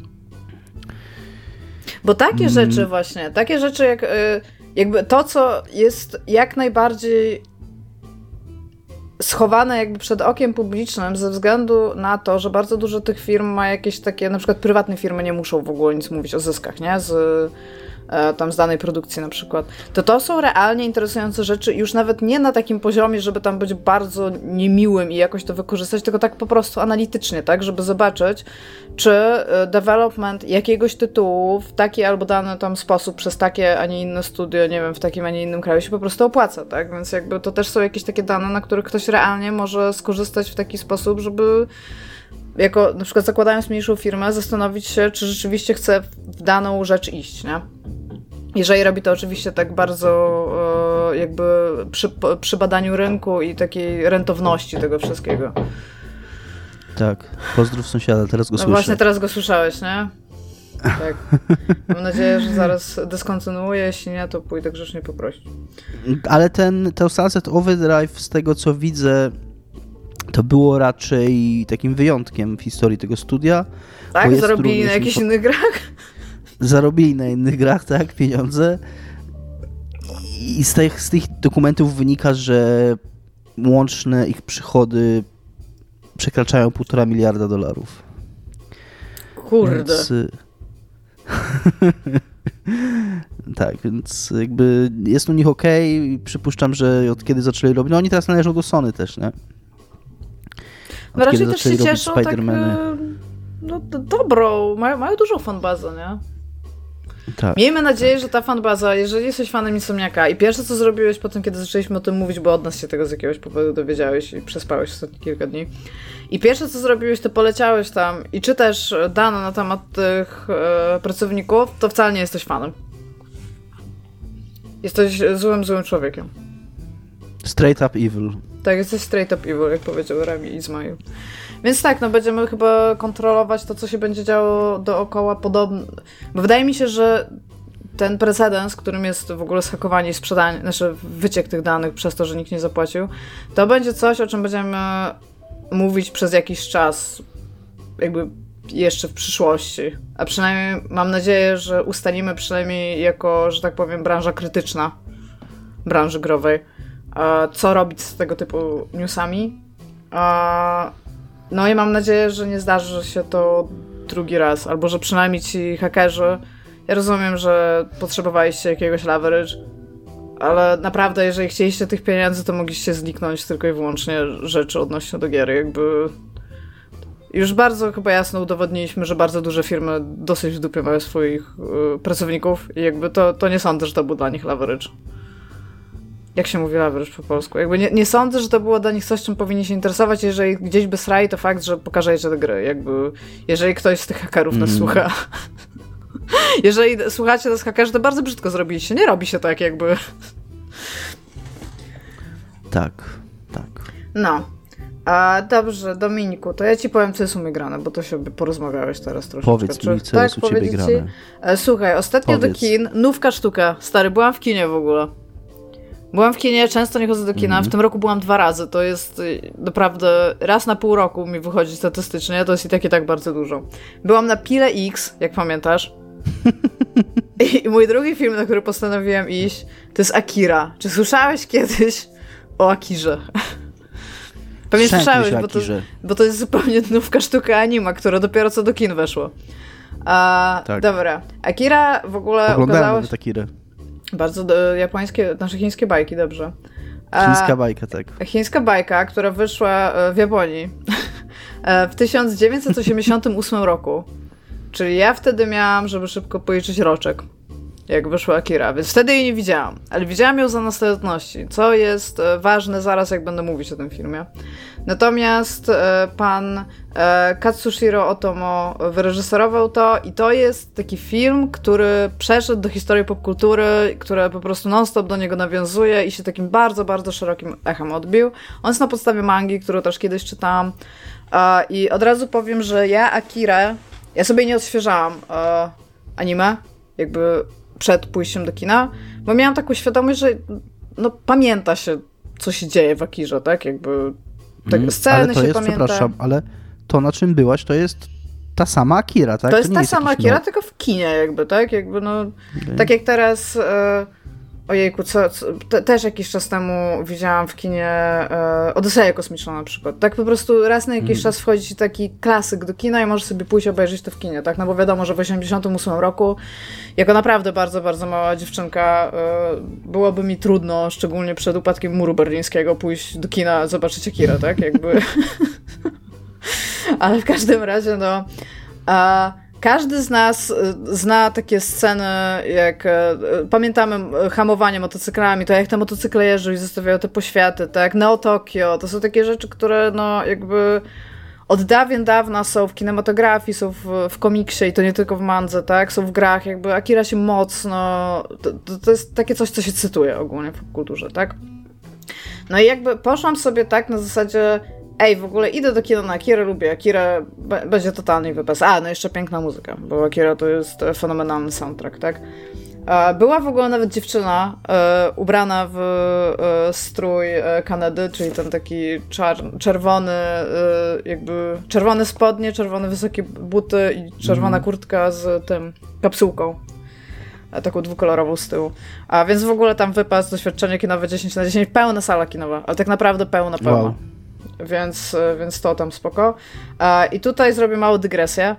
Bo takie rzeczy właśnie, takie rzeczy jak jakby to, co jest jak najbardziej schowane jakby przed okiem publicznym ze względu na to, że bardzo dużo tych firm ma jakieś takie, na przykład prywatne firmy nie muszą w ogóle nic mówić o zyskach, nie? Tam z danej produkcji na przykład. To są realnie interesujące rzeczy już nawet nie na takim poziomie, żeby tam być bardzo niemiłym i jakoś to wykorzystać, tylko tak po prostu analitycznie, tak? Żeby zobaczyć, czy development jakiegoś tytułu w taki albo dany tam sposób przez takie, a nie inne studio, nie wiem, w takim, a nie innym kraju się po prostu opłaca, tak? Więc jakby to też są jakieś takie dane, na których ktoś realnie może skorzystać w taki sposób, żeby jako, na przykład zakładając mniejszą firmę, zastanowić się, czy rzeczywiście chce w daną rzecz iść, nie? Jeżeli robi to oczywiście tak bardzo jakby przy badaniu rynku i takiej rentowności tego wszystkiego. Tak, pozdrów sąsiada, teraz go słyszę. No właśnie, teraz go słyszałeś, nie? Tak. Mam nadzieję, że zaraz dyskontynuuję, jeśli nie, to pójdę grzecznie poprosić. Ale to Sunset Overdrive, z tego co widzę, to było raczej takim wyjątkiem w historii tego studia. Tak? Zarobili na jakichś innych grach? Zarobili na innych grach, tak, pieniądze. I z tych dokumentów wynika, że łączne ich przychody przekraczają $1,5 miliarda. Kurde. Więc, tak, więc jakby jest u nich okej. Przypuszczam, że od kiedy zaczęli robić... No oni teraz należą do Sony też, nie? No raczej też się cieszą tak no, dobrą, mają dużą fanbazę, nie? Tak, miejmy nadzieję, że ta fanbaza, jeżeli jesteś fanem Insomniaka i pierwsze co zrobiłeś po tym, kiedy zaczęliśmy o tym mówić, bo od nas się tego z jakiegoś powodu dowiedziałeś i przespałeś ostatnie kilka dni, i pierwsze co zrobiłeś, to poleciałeś tam i czytasz dane na temat tych pracowników, to wcale nie jesteś fanem. Jesteś złym człowiekiem. Straight up evil. Tak, jesteś straight up evil, jak powiedział Rami Ismail. Więc tak, no będziemy chyba kontrolować to, co się będzie działo dookoła podobno. Bo wydaje mi się, że ten precedens, którym jest w ogóle zhakowanie i sprzedanie, znaczy wyciek tych danych przez to, że nikt nie zapłacił, to będzie coś, o czym będziemy mówić przez jakiś czas, jakby jeszcze w przyszłości. A przynajmniej mam nadzieję, że ustalimy przynajmniej jako, że tak powiem, branża krytyczna branży growej, co robić z tego typu newsami. No i mam nadzieję, że nie zdarzy się to drugi raz, albo że przynajmniej ci hakerzy, ja rozumiem, że potrzebowaliście jakiegoś leverage, ale naprawdę, jeżeli chcieliście tych pieniędzy, to mogliście zniknąć tylko i wyłącznie rzeczy odnośnie do gier. Jakby już bardzo chyba jasno udowodniliśmy, że bardzo duże firmy dosyć w dupie mają swoich pracowników i jakby to nie sądzę, że to był dla nich leverage. Jak się mówi leverage po polsku? Jakby nie sądzę, że to było dla nich coś, czym powinni się interesować. Jeżeli gdzieś by srali, to fakt, że pokażecie te gry. Jakby, jeżeli ktoś z tych hakerów nas słucha. Jeżeli słuchacie nas hakerzy, to bardzo brzydko zrobiliście. Nie robi się tak jakby. Tak. No. Dobrze, Dominiku, to ja ci powiem, co jest u mnie grane, bo to się porozmawiałeś teraz troszeczkę. Powiedz mi, co jest u ciebie grane. Słuchaj, ostatnio do kin, nówka sztuka. Stary, byłam w kinie w ogóle. Byłam w kinie, często nie chodzę do kina, w tym roku byłam 2 razy, to jest naprawdę raz na pół roku mi wychodzi statystycznie, to jest i tak bardzo dużo. Byłam na Pile X, jak pamiętasz. I mój drugi film, na który postanowiłam iść, to jest Akira. Czy słyszałeś kiedyś o Akirze? Pewnie słyszałeś, bo to jest zupełnie nówka sztuka anima, która dopiero co do kin weszła. Tak. Dobra. Akira w ogóle oglądałem Akirę. Bardzo japońskie, chińskie bajki, dobrze. Chińska bajka, tak. Chińska bajka, która wyszła w Japonii w 1988 roku. Czyli ja wtedy miałam, żeby szybko policzyć roczek, jak wyszła Akira, więc wtedy jej nie widziałam. Ale widziałam ją za nastoletności, co jest ważne zaraz, jak będę mówić o tym filmie. Natomiast pan Katsushiro Otomo wyreżyserował to i to jest taki film, który przeszedł do historii popkultury, który po prostu non-stop do niego nawiązuje i się takim bardzo, bardzo szerokim echem odbił. On jest na podstawie mangi, którą też kiedyś czytałam. I od razu powiem, że ja sobie nie odświeżałam anime, jakby przed pójściem do kina, bo miałam taką świadomość, że no, pamięta się, co się dzieje w Akirze, tak? Jakby sceny ale to się jest, pamięta. Przepraszam, ale to, na czym byłaś, to jest ta sama Akira, tak? To jest ta sama Akira, tylko w kinie jakby, tak? Jakby no, tak jak teraz... Ojejku, też jakiś czas temu widziałam w kinie Odyseję Kosmiczną na przykład. Tak po prostu raz na jakiś czas wchodzi ci taki klasyk do kina i możesz sobie pójść obejrzeć to w kinie, tak? No bo wiadomo, że w 1988 roku jako naprawdę bardzo, bardzo mała dziewczynka byłoby mi trudno, szczególnie przed upadkiem muru berlińskiego, pójść do kina, zobaczyć Akirę, tak? Jakby... Ale w każdym razie, no... Każdy z nas zna takie sceny, jak pamiętamy hamowanie motocyklami, to jak te motocykle jeżdżą i zostawiają te poświaty, tak, Neo Tokio, to są takie rzeczy, które no jakby od dawien dawna są w kinematografii, są w komiksie i to nie tylko w mandze, tak, są w grach, jakby Akira się mocno, to jest takie coś, co się cytuje ogólnie w popkulturze, tak. No i jakby poszłam sobie tak na zasadzie w ogóle idę do kina na Akirę, lubię Akirę, będzie totalnie wypas. No jeszcze piękna muzyka, bo Akira to jest fenomenalny soundtrack, tak? Była w ogóle nawet dziewczyna ubrana w strój Kanedy, czyli ten taki czerwony, jakby czerwone spodnie, czerwone wysokie buty i czerwona kurtka z tym kapsułką. Taką dwukolorową z tyłu. Więc w ogóle tam wypas, doświadczenie kinowe 10/10, pełna sala kinowa, ale tak naprawdę pełna. Wow. Więc to tam spoko. I tutaj zrobię małą dygresję.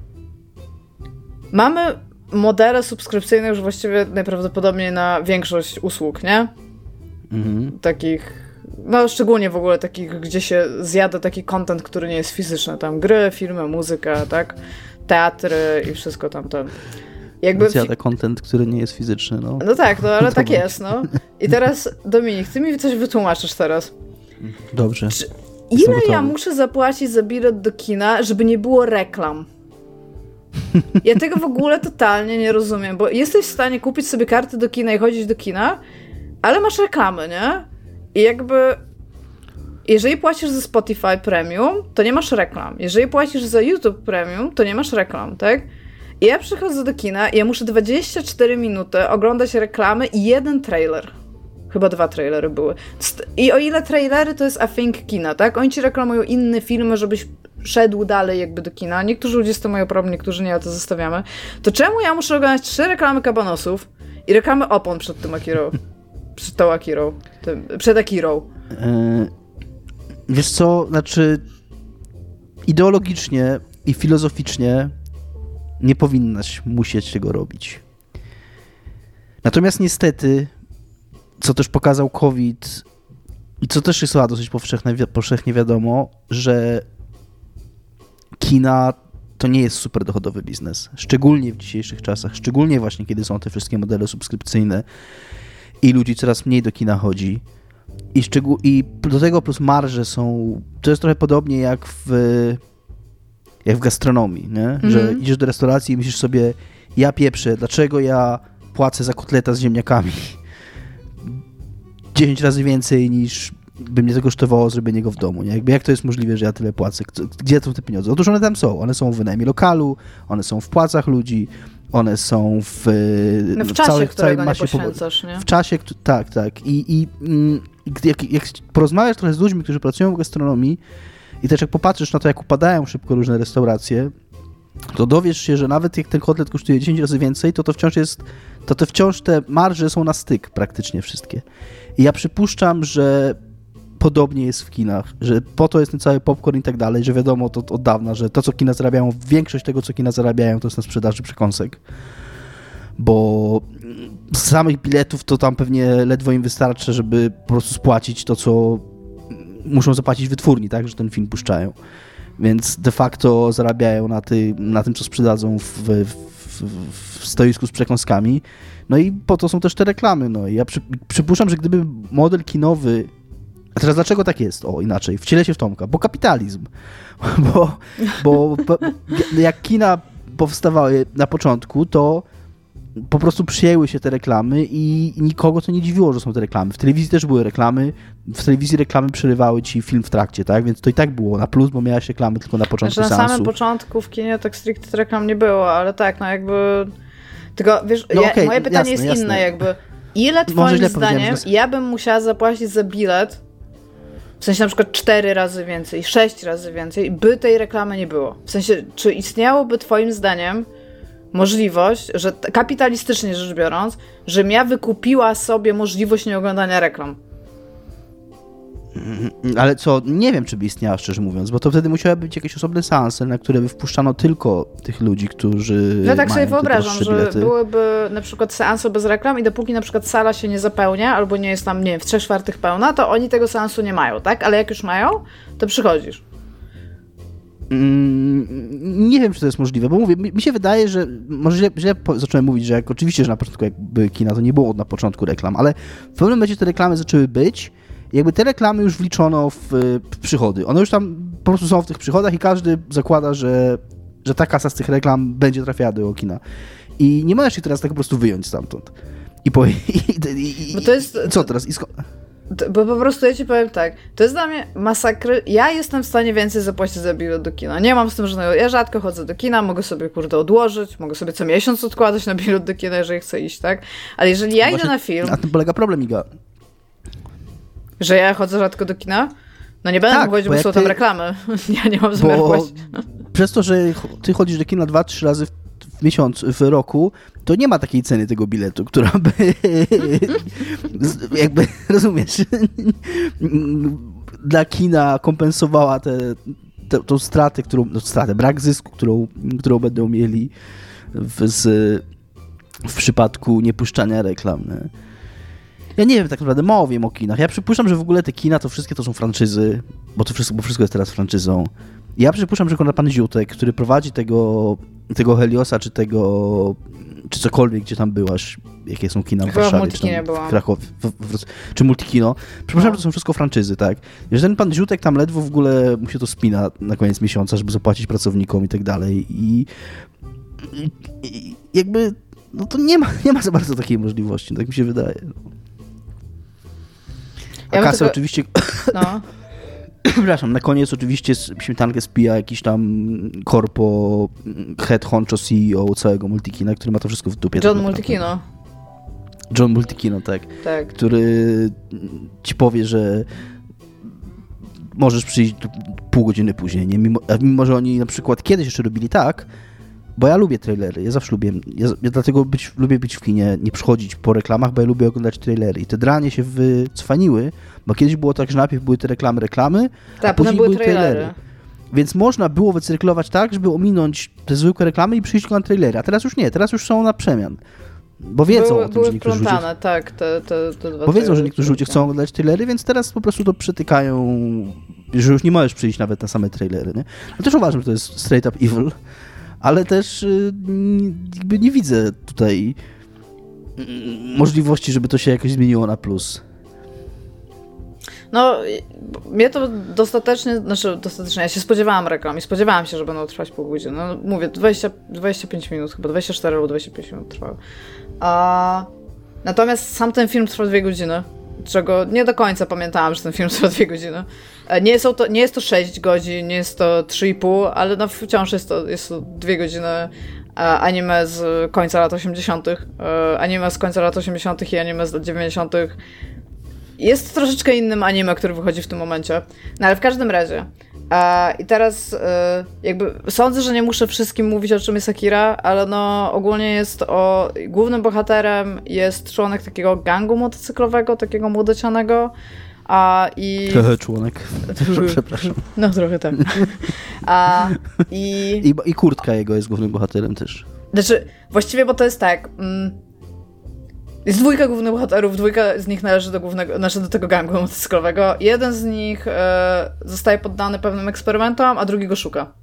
Mamy modele subskrypcyjne już właściwie najprawdopodobniej na większość usług, nie? Takich, no szczególnie w ogóle takich, gdzie się zjada taki content, który nie jest fizyczny. Tam gry, filmy, muzyka, tak? Teatry i wszystko tamten. Jakby zjada content, który nie jest fizyczny, no. No tak, no ale tak jest, no. I teraz, Dominik, ty mi coś wytłumaczysz teraz. Dobrze. Ile ja muszę zapłacić za bilet do kina, żeby nie było reklam? Ja tego w ogóle totalnie nie rozumiem, bo jesteś w stanie kupić sobie karty do kina i chodzić do kina, ale masz reklamy, nie? I jakby... Jeżeli płacisz za Spotify Premium, to nie masz reklam. Jeżeli płacisz za YouTube Premium, to nie masz reklam, tak? I ja przychodzę do kina i ja muszę 24 minuty oglądać reklamy i jeden trailer. Chyba 2 trailery były. I o ile trailery to jest a thing kina, tak? Oni ci reklamują inne filmy, żebyś szedł dalej jakby do kina. Niektórzy ludzie z tym mają problem, niektórzy nie, a to zostawiamy. To czemu ja muszę oglądać 3 reklamy kabanosów i reklamy opon przed tym Akirą? Przed tą Akirą. Przed Akirą. Wiesz co, znaczy ideologicznie i filozoficznie nie powinnaś musieć tego robić. Natomiast niestety, co też pokazał COVID i co też jest chyba dosyć powszechnie wiadomo, że kina to nie jest super dochodowy biznes. Szczególnie w dzisiejszych czasach, szczególnie właśnie kiedy są te wszystkie modele subskrypcyjne i ludzi coraz mniej do kina chodzi. I do tego plus marże są... To jest trochę podobnie jak w gastronomii, nie? Że idziesz do restauracji i myślisz sobie, ja pieprzę, dlaczego ja płacę za kotleta z ziemniakami 10 razy więcej niż by mnie to kosztowało zrobienie go w domu, nie? Jakby jak to jest możliwe, że ja tyle płacę? Gdzie są te pieniądze? Otóż one tam są. One są w wynajmie lokalu, one są w płacach ludzi, one są w czasie, którego nie poświęcasz, nie? W czasie, tak. I jak porozmawiasz trochę z ludźmi, którzy pracują w gastronomii i też jak popatrzysz na to, jak upadają szybko różne restauracje, to dowiesz się, że nawet jak ten kotlet kosztuje 10 razy więcej, to wciąż te marże są na styk praktycznie wszystkie. I ja przypuszczam, że podobnie jest w kinach, że po to jest ten cały popcorn i tak dalej, że wiadomo to od dawna, że to, co kina zarabiają, większość tego, co kina zarabiają, to jest na sprzedaży przekąsek. Bo z samych biletów to tam pewnie ledwo im wystarczy, żeby po prostu spłacić to, co muszą zapłacić wytwórni, tak, że ten film puszczają. Więc de facto zarabiają na tym, co sprzedadzą w stoisku z przekąskami. No i po to są też te reklamy. No i ja przypuszczam, że gdyby model kinowy... A teraz dlaczego tak jest? O, inaczej. Wcielę się w Tomka. Bo kapitalizm. Bo jak kina powstawały na początku, to po prostu przyjęły się te reklamy i nikogo to nie dziwiło, że są te reklamy. W telewizji też były reklamy. W telewizji reklamy przerywały ci film w trakcie, tak? Więc to i tak było na plus, bo miałaś reklamy tylko na początku seansu. Na samym początku w kinie tak stricte reklam nie było, ale tak, no jakby... Tylko, wiesz, moje pytanie jest inne, jakby. Ile twoim zdaniem ja bym musiała zapłacić za bilet, w sensie na przykład 4 razy więcej, 6 razy więcej, by tej reklamy nie było? W sensie, czy istniałoby twoim zdaniem możliwość, że kapitalistycznie rzecz biorąc, żebym ja wykupiła sobie możliwość nieoglądania reklam? Ale co, nie wiem, czy by istniała, szczerze mówiąc, bo to wtedy musiały być jakieś osobne seanse, na które by wpuszczano tylko tych ludzi, którzy ja tak mają sobie wyobrażam, że bilety. byłyby na przykład seanse bez reklam i dopóki na przykład sala się nie zapełnia, albo nie jest tam, nie wiem, w 3/4 pełna, to oni tego seansu nie mają, tak? Ale jak już mają, to przychodzisz. Nie wiem, czy to jest możliwe, bo mówię, mi się wydaje, że może źle zacząłem mówić, że oczywiście, że na początku jak były kina, to nie było na początku reklam, ale w pewnym momencie te reklamy zaczęły być. Jakby te reklamy już wliczono w przychody. One już tam po prostu są w tych przychodach i każdy zakłada, że ta kasa z tych reklam będzie trafiała do kina. I nie możesz ich teraz tak po prostu wyjąć stamtąd. Bo to jest... Co teraz? Bo po prostu ja ci powiem tak, to jest dla mnie masakry. Ja jestem w stanie więcej zapłacić za bilet do kina. Nie mam z tym żadnego... Ja rzadko chodzę do kina, mogę sobie odłożyć, mogę sobie co miesiąc odkładać na bilet do kina, jeżeli chcę iść, tak? Ale jeżeli ja idę na film... Na tym polega problem, Iga. Że ja chodzę rzadko do kina? No nie będę chodzić, bo są tam reklamy. Ja nie mam zamiaru płacić. Przez to, że ty chodzisz do kina 2-3 razy w miesiącu, w roku, to nie ma takiej ceny tego biletu, która by jakby, rozumiesz, dla kina kompensowała tą stratę, brak zysku, którą będą mieli w przypadku niepuszczania reklam. Nie? Ja nie wiem tak naprawdę, mało wiem o kinach. Ja przypuszczam, że w ogóle te kina to wszystkie to są franczyzy, bo wszystko jest teraz franczyzą. Ja przypuszczam, że pan Ziutek, który prowadzi tego Heliosa, czy cokolwiek, gdzie tam byłaś, jakie są kina w Warszawie, czy tam w Krakowie, czy Multikino. Przypuszczam, że to są wszystko franczyzy, tak? I że ten pan Ziutek tam ledwo w ogóle mu się to spina na koniec miesiąca, żeby zapłacić pracownikom i tak dalej. I jakby, no to nie ma za bardzo takiej możliwości, tak mi się wydaje. A kasę oczywiście... No. Przepraszam, na koniec oczywiście śmietankę spija jakiś tam korpo, head honcho CEO całego Multikina, który ma to wszystko w dupie. John Multikino. John Multikino, tak. Który ci powie, że możesz przyjść pół godziny później. Nie? Mimo, że oni na przykład kiedyś jeszcze robili tak, bo ja lubię trailery, ja zawsze lubię, ja dlatego lubię być w kinie, nie przychodzić po reklamach, bo ja lubię oglądać trailery. I te dranie się wycwaniły, bo kiedyś było tak, że najpierw były te reklamy, a później były trailery. Więc można było wycyrkulować tak, żeby ominąć te zwykłe reklamy i przyjść na trailery. A teraz już nie, teraz już są na przemian. Bo wiedzą o tym, że niektórzy ludzie... tak, te bo wiedzą, że niektórzy ludzie chcą oglądać trailery, więc teraz po prostu to przetykają, że już nie możesz przyjść nawet na same trailery. Nie? Ale też uważam, że to jest straight up evil. Ale też jakby nie widzę tutaj możliwości, żeby to się jakoś zmieniło na plus. No, mnie to dostatecznie, ja się spodziewałam reklam i spodziewałam się, że będą trwać pół godziny. No, mówię, 25 minut, chyba 24 albo 25 minut trwały. Natomiast sam ten film trwał 2 godziny, czego nie do końca pamiętałam, że ten film trwa 2 godziny. Nie jest to 6 godzin, nie jest to 3,5, ale no wciąż jest to 2 godziny anime z końca lat 80. Anime z końca lat 80. i anime z lat 90. Jest troszeczkę innym anime, który wychodzi w tym momencie. No ale w każdym razie. I teraz jakby sądzę, że nie muszę wszystkim mówić, o czym jest Akira, ale no ogólnie jest głównym bohaterem jest członek takiego gangu motocyklowego, takiego młodocianego, Członek. Przepraszam. No trochę tak. I kurtka jego jest głównym bohaterem też. Znaczy, właściwie, bo to jest tak... Jest 2 głównych bohaterów, 2 z nich należy do tego gangu motocyklowego. Jeden z nich zostaje poddany pewnym eksperymentom, a drugi go szuka.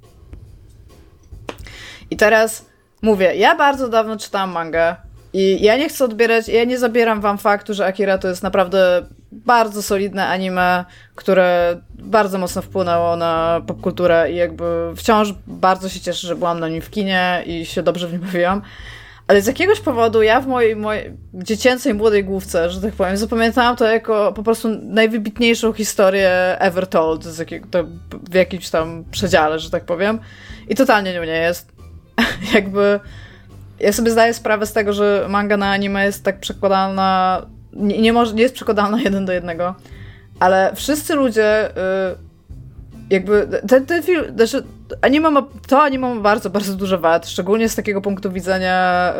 I teraz mówię, ja bardzo dawno czytałam mangę i ja nie chcę ja nie zabieram wam faktu, że Akira to jest naprawdę bardzo solidne anime, które bardzo mocno wpłynęło na popkulturę i jakby wciąż bardzo się cieszę, że byłam na nim w kinie i się dobrze w nim bawiłam. Ale z jakiegoś powodu ja w mojej dziecięcej, młodej główce, że tak powiem, zapamiętałam to jako po prostu najwybitniejszą historię ever told w jakimś tam przedziale, że tak powiem. I totalnie nią nie jest. Jakby ja sobie zdaję sprawę z tego, że manga na anime jest tak przekładalna, nie jest przekładalna 1 do 1, ale wszyscy ludzie jakby ten film, znaczy anime ma bardzo, bardzo dużo wad, szczególnie z takiego punktu widzenia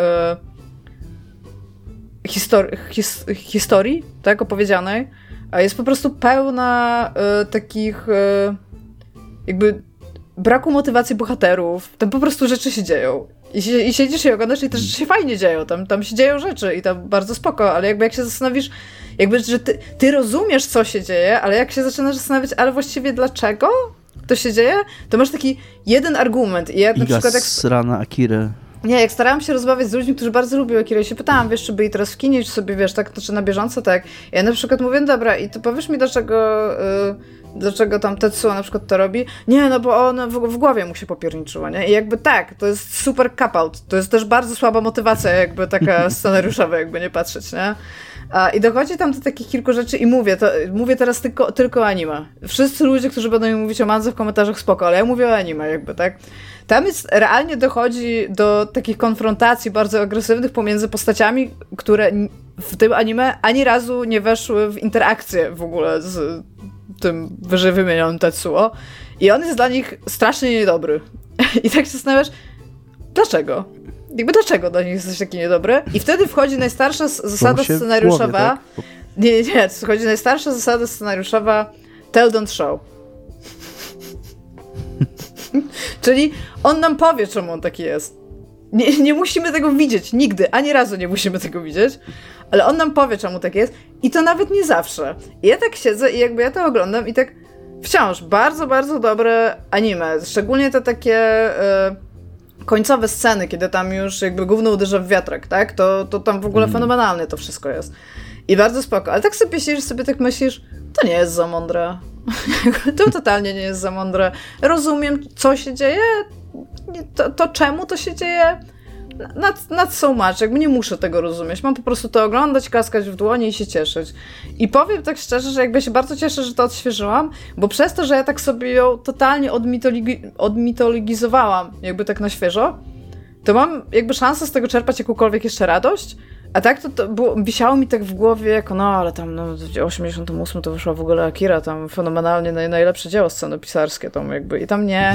historii, tak, opowiedzianej, a jest po prostu pełna takich jakby braku motywacji bohaterów, tam po prostu rzeczy się dzieją. I siedzisz i oglądasz i te rzeczy się fajnie dzieją, tam się dzieją rzeczy i tam bardzo spoko, ale jakby jak się zastanowisz, jakby, że ty rozumiesz, co się dzieje, ale jak się zaczynasz zastanawiać, ale właściwie dlaczego to się dzieje, to masz taki jeden argument. I ja na przykład srana Akirę. Nie, jak starałam się rozmawiać z ludźmi, którzy bardzo lubią Akirę i się pytałam, wiesz, czy byli teraz w kinie, czy sobie, wiesz, tak, czy na bieżąco, tak. Ja na przykład mówię, dobra, i to powiesz mi, dlaczego tam Tetsuo na przykład to robi? Nie, no bo on w głowie mu się popierniczyło, nie? I jakby tak, to jest super cop-out. To jest też bardzo słaba motywacja, jakby taka scenariuszowa, jakby nie patrzeć, nie? I dochodzi tam do takich kilku rzeczy i mówię teraz tylko o anime. Wszyscy ludzie, którzy będą mi mówić o mandze w komentarzach, spoko, ale ja mówię o anime, jakby, tak? Tam realnie dochodzi do takich konfrontacji bardzo agresywnych pomiędzy postaciami, które w tym anime ani razu nie weszły w interakcję w ogóle z tym wyżej wymienionym Tetsuo. I on jest dla nich strasznie niedobry. I tak się zastanawiasz, dlaczego? Jakby dlaczego dla nich jest coś taki niedobry? I wtedy wchodzi najstarsza zasada scenariuszowa. Głowie, tak? Nie, wchodzi najstarsza zasada scenariuszowa tell, don't show. Czyli on nam powie, czemu on taki jest. Nie musimy tego widzieć, nigdy, ani razu nie musimy tego widzieć, ale on nam powie, czemu tak jest i to nawet nie zawsze. I ja tak siedzę i jakby ja to oglądam i tak wciąż bardzo, bardzo dobre anime, szczególnie te takie końcowe sceny, kiedy tam już jakby gówno uderza w wiatrak, tak? To tam w ogóle fenomenalne to wszystko jest. I bardzo spoko, ale tak sobie siedzisz, sobie tak myślisz, to nie jest za mądre. To totalnie nie jest za mądre. Rozumiem, co się dzieje, to czemu to się dzieje, not so much, jakby nie muszę tego rozumieć. Mam po prostu to oglądać, klaskać w dłonie i się cieszyć. I powiem tak szczerze, że jakby się bardzo cieszę, że to odświeżyłam, bo przez to, że ja tak sobie ją totalnie odmitologizowałam, jakby tak na świeżo, to mam jakby szansę z tego czerpać jakąkolwiek jeszcze radość. A tak to wisiało mi tak w głowie, jako ale tam w 88 to wyszła w ogóle Akira, tam fenomenalnie najlepsze dzieło scenopisarskie tam jakby i tam nie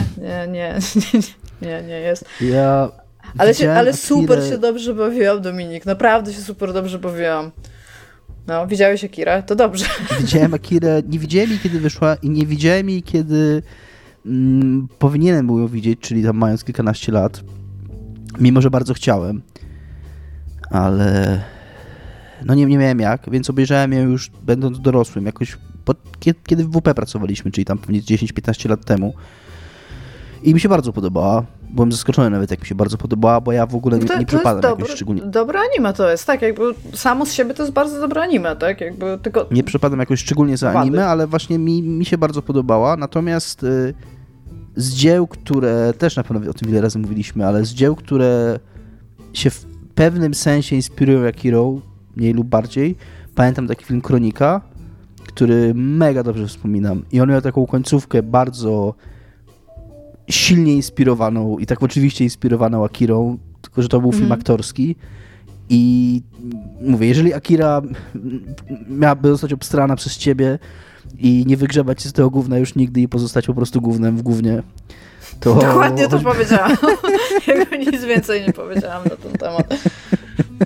jest. Ale super się dobrze bawiłam, Dominik, naprawdę się super dobrze bawiłam. No, widziałeś Akirę? To dobrze. Widziałem Akirę, nie widziałem jej, kiedy wyszła i nie widziałem jej, kiedy powinienem był ją widzieć, czyli tam mając kilkanaście lat, mimo że bardzo chciałem. Ale no nie miałem jak, więc obejrzałem ją już będąc dorosłym, jakoś kiedy w WP pracowaliśmy, czyli tam pewnie 10-15 lat temu. I mi się bardzo podobała. Byłem zaskoczony nawet, jak mi się bardzo podobała, bo ja w ogóle nie przypadam jakoś szczególnie. Dobre anime to jest, tak, jakby samo z siebie to jest bardzo dobre anime, tak, jakby tylko... Nie przypadam jakoś szczególnie za anime, ale właśnie mi się bardzo podobała, natomiast z dzieł, które, też na pewno o tym wiele razy mówiliśmy, ale z dzieł, które się w pewnym sensie inspirują Akirą, mniej lub bardziej. Pamiętam taki film Kronika, który mega dobrze wspominam. I on miał taką końcówkę bardzo silnie inspirowaną i tak oczywiście inspirowaną Akirą, tylko że to był film aktorski. I mówię, jeżeli Akira miałaby zostać obstrana przez ciebie i nie wygrzebać się z tego gówna już nigdy i pozostać po prostu gównem w gównie, to... Dokładnie to powiedziałam. Jakby nic więcej nie powiedziałam na ten temat.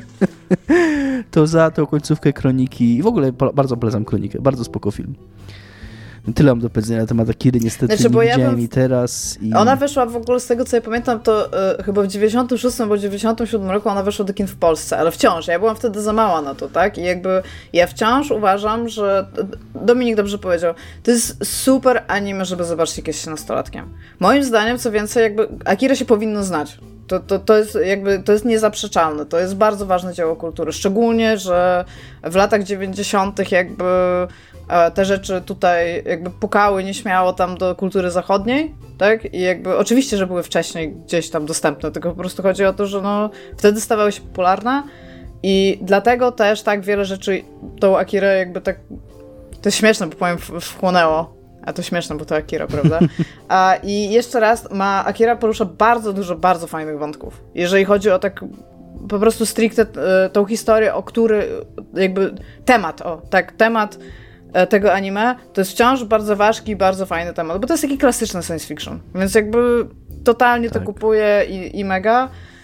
to za tą końcówkę Kroniki i w ogóle bardzo polecam Kronikę, bardzo spoko film. Tyle mam do powiedzenia na temat Akiry, niestety nie widziałem jej teraz. Ona weszła w ogóle, z tego co ja pamiętam, to chyba w 96 albo 97 roku ona weszła do kin w Polsce, ale wciąż, ja byłam wtedy za mała na to, tak? I jakby ja wciąż uważam, że Dominik dobrze powiedział, to jest super anime, żeby zobaczyć jakieś nastolatkiem. Moim zdaniem, co więcej, jakby Akira się powinno znać. To jest jakby, to jest niezaprzeczalne, to jest bardzo ważne dzieło kultury, szczególnie, że w latach 90 jakby te rzeczy tutaj jakby pukały nieśmiało tam do kultury zachodniej, tak? I jakby oczywiście, że były wcześniej gdzieś tam dostępne, tylko po prostu chodzi o to, że no wtedy stawały się popularne i dlatego też tak wiele rzeczy tą Akirę jakby tak, to jest śmieszne, bo powiem wchłonęło, a to śmieszne, bo to Akira, prawda? I jeszcze raz, Akira porusza bardzo dużo, bardzo fajnych wątków. Jeżeli chodzi o tak po prostu stricte tą historię, o który jakby temat tego anime, to jest wciąż bardzo ważki i bardzo fajny temat, bo to jest taki klasyczny science fiction, więc jakby totalnie to kupuję i mega.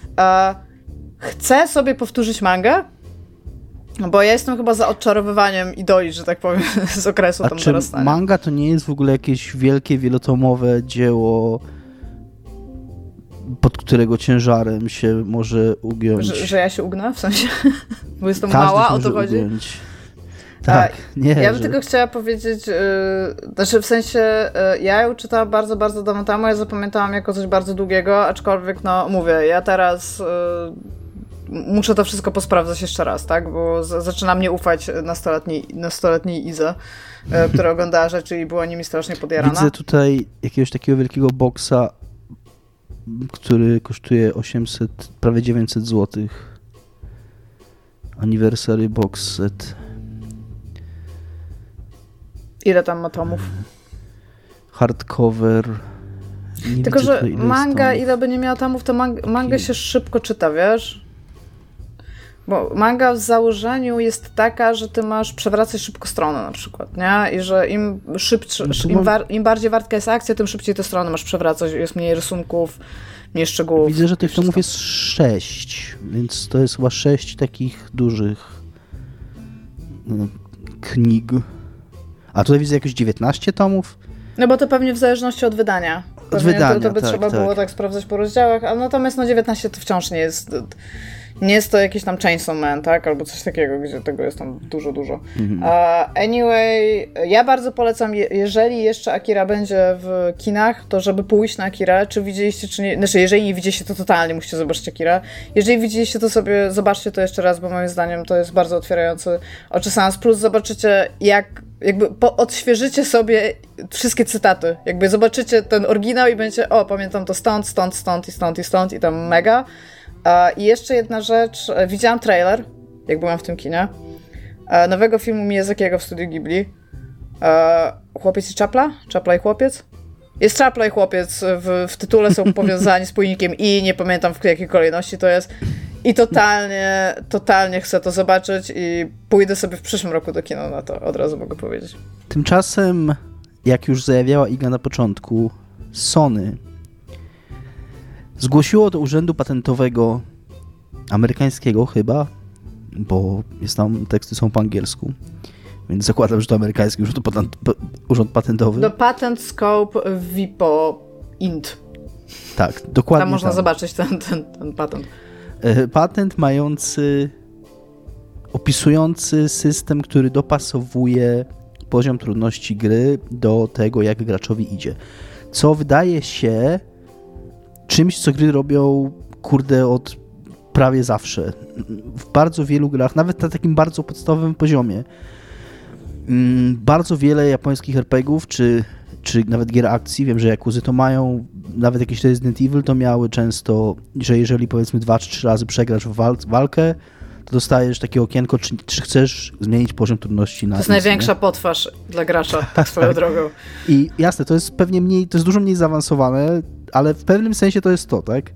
Chcę sobie powtórzyć mangę, bo ja jestem chyba za odczarowywaniem idoli, że tak powiem, z okresu tam dorastania. Manga to nie jest w ogóle jakieś wielkie, wielotomowe dzieło, pod którego ciężarem się może ugiąć? Że ja się ugnę? W sensie? Bo jestem mała, o to chodzi? Ugiąć. Tak, nie. Ja bym tylko chciała powiedzieć, znaczy w sensie ja ją czytałam bardzo, bardzo dawno temu, ja zapamiętałam jako coś bardzo długiego, aczkolwiek no mówię, ja teraz muszę to wszystko posprawdzać jeszcze raz, tak, bo zaczyna mnie ufać nastoletniej Ize, która oglądała rzeczy i była nimi strasznie podjarana. Widzę tutaj jakiegoś takiego wielkiego boksa, który kosztuje 800, prawie 900 zł. Anniversary box set. Ile tam ma tomów? Hardcover. Nie tylko, widzę, że manga, ile by nie miała tomów, to manga się szybko czyta, wiesz? Bo manga w założeniu jest taka, że ty masz przewracać szybko stronę na przykład, nie? I że im bardziej wartka jest akcja, tym szybciej te strony masz przewracać, jest mniej rysunków, mniej szczegółów. Widzę, że tych tomów jest 6, więc to jest chyba 6 takich dużych knig. A tutaj widzę jakieś 19 tomów. No bo to pewnie w zależności od wydania. Od wydania, to by tak, trzeba było tak sprawdzać po rozdziałach, ale natomiast 19 to wciąż nie jest... Nie jest to jakiś tam Chainsaw Man, tak? Albo coś takiego, gdzie tego jest tam dużo. Anyway, ja bardzo polecam, jeżeli jeszcze Akira będzie w kinach, to żeby pójść na Akirę, czy widzieliście, czy nie. Znaczy, jeżeli nie widzieliście, to totalnie musicie zobaczyć Akirę. Jeżeli widzieliście, to sobie zobaczcie to jeszcze raz, bo moim zdaniem to jest bardzo otwierający oczy seans. Plus zobaczycie, jakby odświeżycie sobie wszystkie cytaty. Jakby zobaczycie ten oryginał i będziecie, pamiętam to stąd i tam mega. I jeszcze jedna rzecz, widziałam trailer, jak byłam w tym kinie, nowego filmu Miyazakiego w studiu Ghibli. Chłopiec i czapla? Czapla i chłopiec? Jest czapla i chłopiec, w tytule są powiązani z pojemnikiem i nie pamiętam w jakiej kolejności to jest. I totalnie chcę to zobaczyć i pójdę sobie w przyszłym roku do kina na to, od razu mogę powiedzieć. Tymczasem, jak już zajawiała Iga na początku, Sony zgłosiło do Urzędu Patentowego amerykańskiego chyba, bo teksty są po angielsku, więc zakładam, że to amerykański Urząd Patentowy. Do Patent Scope WIPO Int. Tak, dokładnie. Tam można zobaczyć ten patent. Patent opisujący system, który dopasowuje poziom trudności gry do tego, jak graczowi idzie. Co wydaje się czymś, co gry robią, od prawie zawsze. W bardzo wielu grach, nawet na takim bardzo podstawowym poziomie. Bardzo wiele japońskich RPGów, czy nawet gier akcji, wiem, że Yakuzy to mają, nawet jakieś Resident Evil to miały często, że jeżeli powiedzmy 2 czy 3 razy przegrasz w walkę, to dostajesz takie okienko, czy chcesz zmienić poziom trudności na... To jest największa potwarz dla gracza, tak swoją drogą. I jasne, to jest pewnie to jest dużo mniej zaawansowane, ale w pewnym sensie to jest to, tak?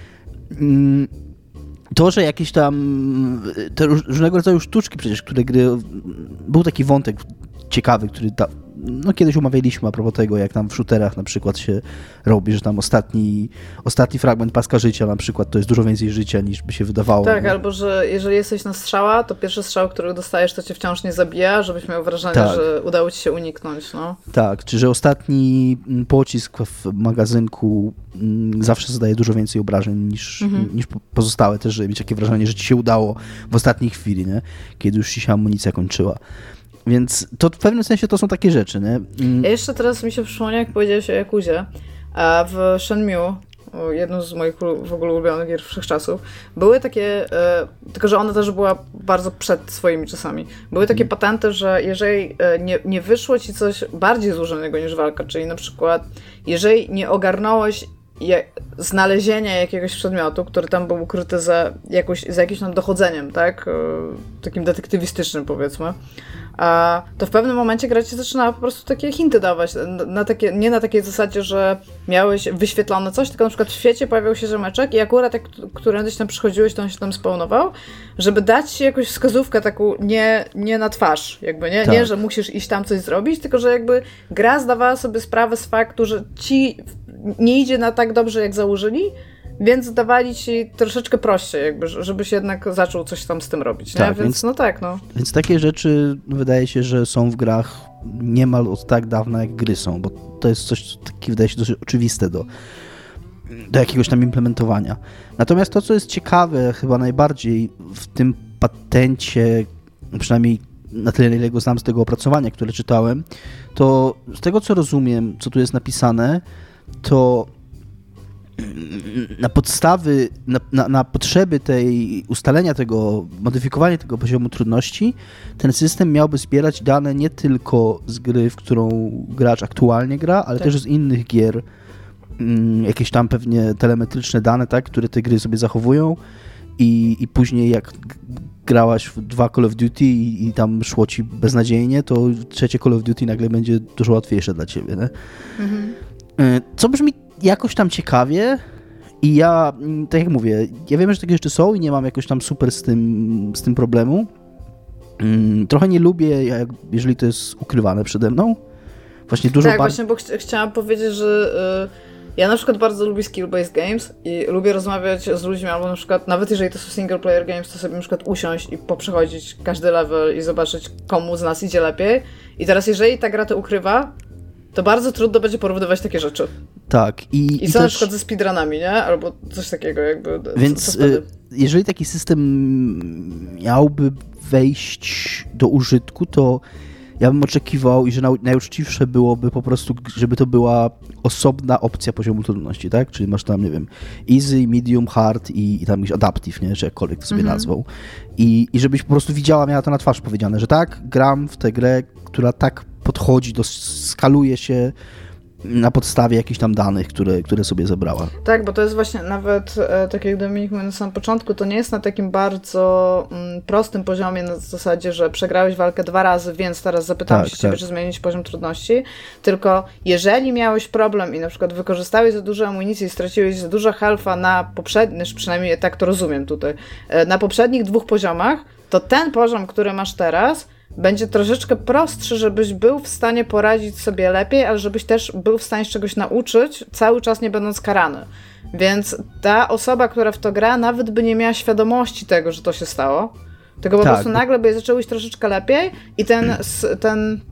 To, że jakieś tam te różnego rodzaju sztuczki przecież, które gry... Był taki wątek ciekawy, który no kiedyś umawialiśmy a propos tego, jak tam w shooterach na przykład się robi, że tam ostatni fragment paska życia na przykład to jest dużo więcej życia niż by się wydawało. Tak, albo że jeżeli jesteś na strzała, to pierwszy strzał, który dostajesz, to cię wciąż nie zabija, żebyś miał wrażenie, że udało ci się uniknąć. No. Tak, czy że ostatni pocisk w magazynku zawsze zadaje dużo więcej obrażeń niż pozostałe też, żeby mieć takie wrażenie, że ci się udało w ostatniej chwili, nie? Kiedy już ci się amunicja kończyła. Więc to w pewnym sensie to są takie rzeczy, nie? Ja jeszcze teraz mi się przypomniał, jak powiedziałeś o Yakuzie, a w Shenmue, jedną z moich w ogóle ulubionych gier wszechczasów, były takie, tylko że ona też była bardzo przed swoimi czasami, były takie patenty, że jeżeli nie wyszło ci coś bardziej złożonego niż walka, czyli na przykład jeżeli nie ogarnąłeś znalezienia jakiegoś przedmiotu, który tam był ukryty za jakimś tam dochodzeniem, tak? Takim detektywistycznym, powiedzmy. To w pewnym momencie gra ci zaczynała po prostu takie hinty dawać. Nie na takiej zasadzie, że miałeś wyświetlone coś, tylko na przykład w świecie pojawiał się ziomeczek i akurat jak którędyś tam przychodziłeś, to on się tam spawnował, żeby dać ci jakąś wskazówkę taką nie na twarz, jakby, nie? Tak. Nie, że musisz iść tam coś zrobić, tylko że jakby gra zdawała sobie sprawę z faktu, że ci nie idzie na tak dobrze, jak założyli, więc dawali ci troszeczkę prościej, jakby, żebyś jednak zaczął coś tam z tym robić. Tak, nie? Więc no tak, no. Więc takie rzeczy wydaje się, że są w grach niemal od tak dawna, jak gry są, bo to jest coś takie, wydaje się, dosyć oczywiste do jakiegoś tam implementowania. Natomiast to, co jest ciekawe chyba najbardziej w tym patencie, przynajmniej na tyle, ile go znam z tego opracowania, które czytałem, to z tego, co rozumiem, co tu jest napisane, to na podstawy, na potrzeby tej ustalenia tego, modyfikowania tego poziomu trudności, ten system miałby zbierać dane nie tylko z gry, w którą gracz aktualnie gra, ale też z innych gier, jakieś tam pewnie telemetryczne dane, tak, które te gry sobie zachowują i później jak grałaś w 2 Call of Duty i tam szło ci beznadziejnie, to trzecie Call of Duty nagle będzie dużo łatwiejsze dla ciebie, nie? Co brzmi jakoś tam ciekawie i ja, tak jak mówię, ja wiem, że takie rzeczy są i nie mam jakoś tam super z tym problemu. Trochę nie lubię, jeżeli to jest ukrywane przede mną. Właśnie dużo właśnie, bo chciałam powiedzieć, że ja na przykład bardzo lubię skill-based games i lubię rozmawiać z ludźmi, albo na przykład, nawet jeżeli to są single-player games, to sobie na przykład usiąść i poprzechodzić każdy level i zobaczyć, komu z nas idzie lepiej. I teraz, jeżeli ta gra to ukrywa, to bardzo trudno będzie porównywać takie rzeczy. Tak. I co też na przykład ze speedrunami, nie? Albo coś takiego jakby. Więc jeżeli taki system miałby wejść do użytku, to ja bym oczekiwał i że najuczciwsze byłoby po prostu, żeby to była osobna opcja poziomu trudności, tak? Czyli masz tam, nie wiem, easy, medium, hard i tam jakiś adaptive, nie? Czy jakkolwiek to sobie nazwał. I żebyś po prostu miała to na twarz powiedziane, że tak, gram w tę grę, która tak podchodzi, skaluje się na podstawie jakichś tam danych, które sobie zebrała. Tak, bo to jest właśnie nawet, tak jak Dominik mówił na samym początku, to nie jest na takim bardzo prostym poziomie na zasadzie, że przegrałeś walkę 2 razy, więc teraz zapytam się ciebie, czy zmienić poziom trudności, tylko jeżeli miałeś problem i na przykład wykorzystałeś za dużo amunicji i straciłeś za dużo health'a na poprzednich, przynajmniej tak to rozumiem tutaj, na poprzednich 2 poziomach, to ten poziom, który masz teraz, będzie troszeczkę prostszy, żebyś był w stanie poradzić sobie lepiej, ale żebyś też był w stanie czegoś nauczyć, cały czas nie będąc karany. Więc ta osoba, która w to gra, nawet by nie miała świadomości tego, że to się stało, tylko po prostu nagle by zaczęło iść troszeczkę lepiej i ten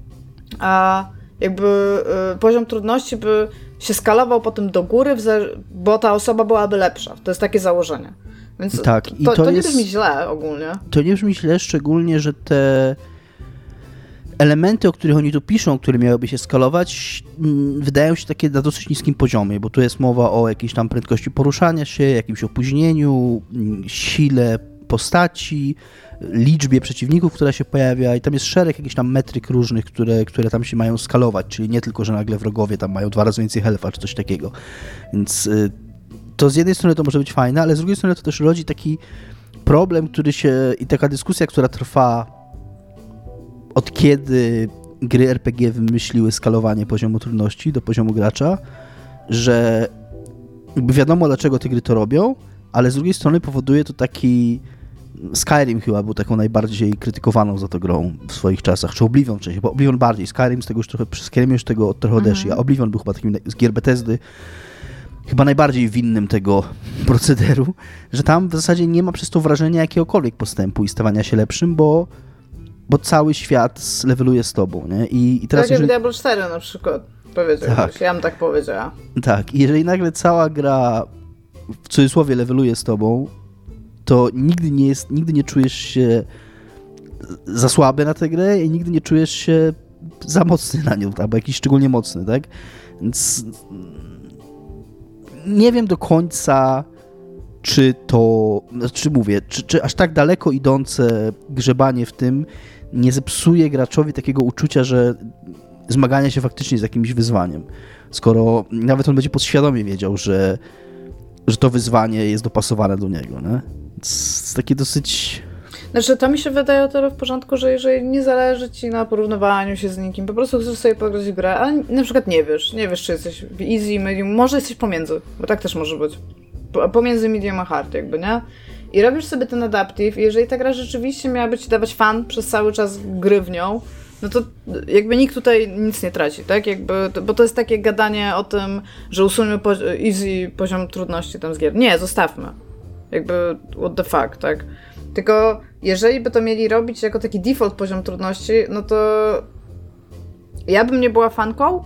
poziom trudności by się skalował potem do góry, bo ta osoba byłaby lepsza. To jest takie założenie. Więc tak, to nie brzmi źle ogólnie. To nie brzmi źle, szczególnie, że te elementy, o których oni tu piszą, które miałyby się skalować, wydają się takie na dosyć niskim poziomie, bo tu jest mowa o jakiejś tam prędkości poruszania się, jakimś opóźnieniu, sile postaci, liczbie przeciwników, która się pojawia i tam jest szereg jakichś tam metryk różnych, które tam się mają skalować, czyli nie tylko, że nagle wrogowie tam mają 2 razy więcej health'a, czy coś takiego. Więc to z jednej strony to może być fajne, ale z drugiej strony to też rodzi taki problem, i taka dyskusja, która trwa od kiedy gry RPG wymyśliły skalowanie poziomu trudności do poziomu gracza, że jakby wiadomo, dlaczego te gry to robią, ale z drugiej strony powoduje to taki Skyrim chyba był taką najbardziej krytykowaną za to grą w swoich czasach, czy Oblivion wcześniej, bo Oblivion bardziej, Skyrim z tego już trochę, przy Skyrim już tego trochę odeszli, a Oblivion był chyba takim z gier Bethesdy chyba najbardziej winnym tego procederu, że tam w zasadzie nie ma przez to wrażenia jakiegokolwiek postępu i stawania się lepszym, bo cały świat leveluje z tobą, nie? I teraz tak jak w Diablo 4 na przykład powiedział. Tak. Ja bym tak powiedziała. Tak, i jeżeli nagle cała gra w cudzysłowie leveluje z tobą, to nigdy nie czujesz się za słaby na tę grę i nigdy nie czujesz się za mocny na nią, albo jakiś szczególnie mocny, tak? Więc nie wiem do końca, czy aż tak daleko idące grzebanie w tym nie zepsuje graczowi takiego uczucia, że zmagania się faktycznie z jakimś wyzwaniem. Skoro nawet on będzie podświadomie wiedział, że to wyzwanie jest dopasowane do niego, nie? Jest takie dosyć... Znaczy, to mi się wydaje o tyle w porządku, że jeżeli nie zależy ci na porównywaniu się z nikim, po prostu chcesz sobie pograć w grę, ale na przykład nie wiesz, czy jesteś w easy, medium, może jesteś pomiędzy, bo tak też może być. Pomiędzy medium a hard jakby, nie? I robisz sobie ten adaptive i jeżeli ta gra rzeczywiście miałaby ci dawać fan przez cały czas gry w nią, no to jakby nikt tutaj nic nie traci, tak? Jakby, bo to jest takie gadanie o tym, że usuńmy easy poziom trudności tam z gier. Nie, zostawmy. Jakby what the fuck, tak? Tylko jeżeli by to mieli robić jako taki default poziom trudności, no to ja bym nie była fanką.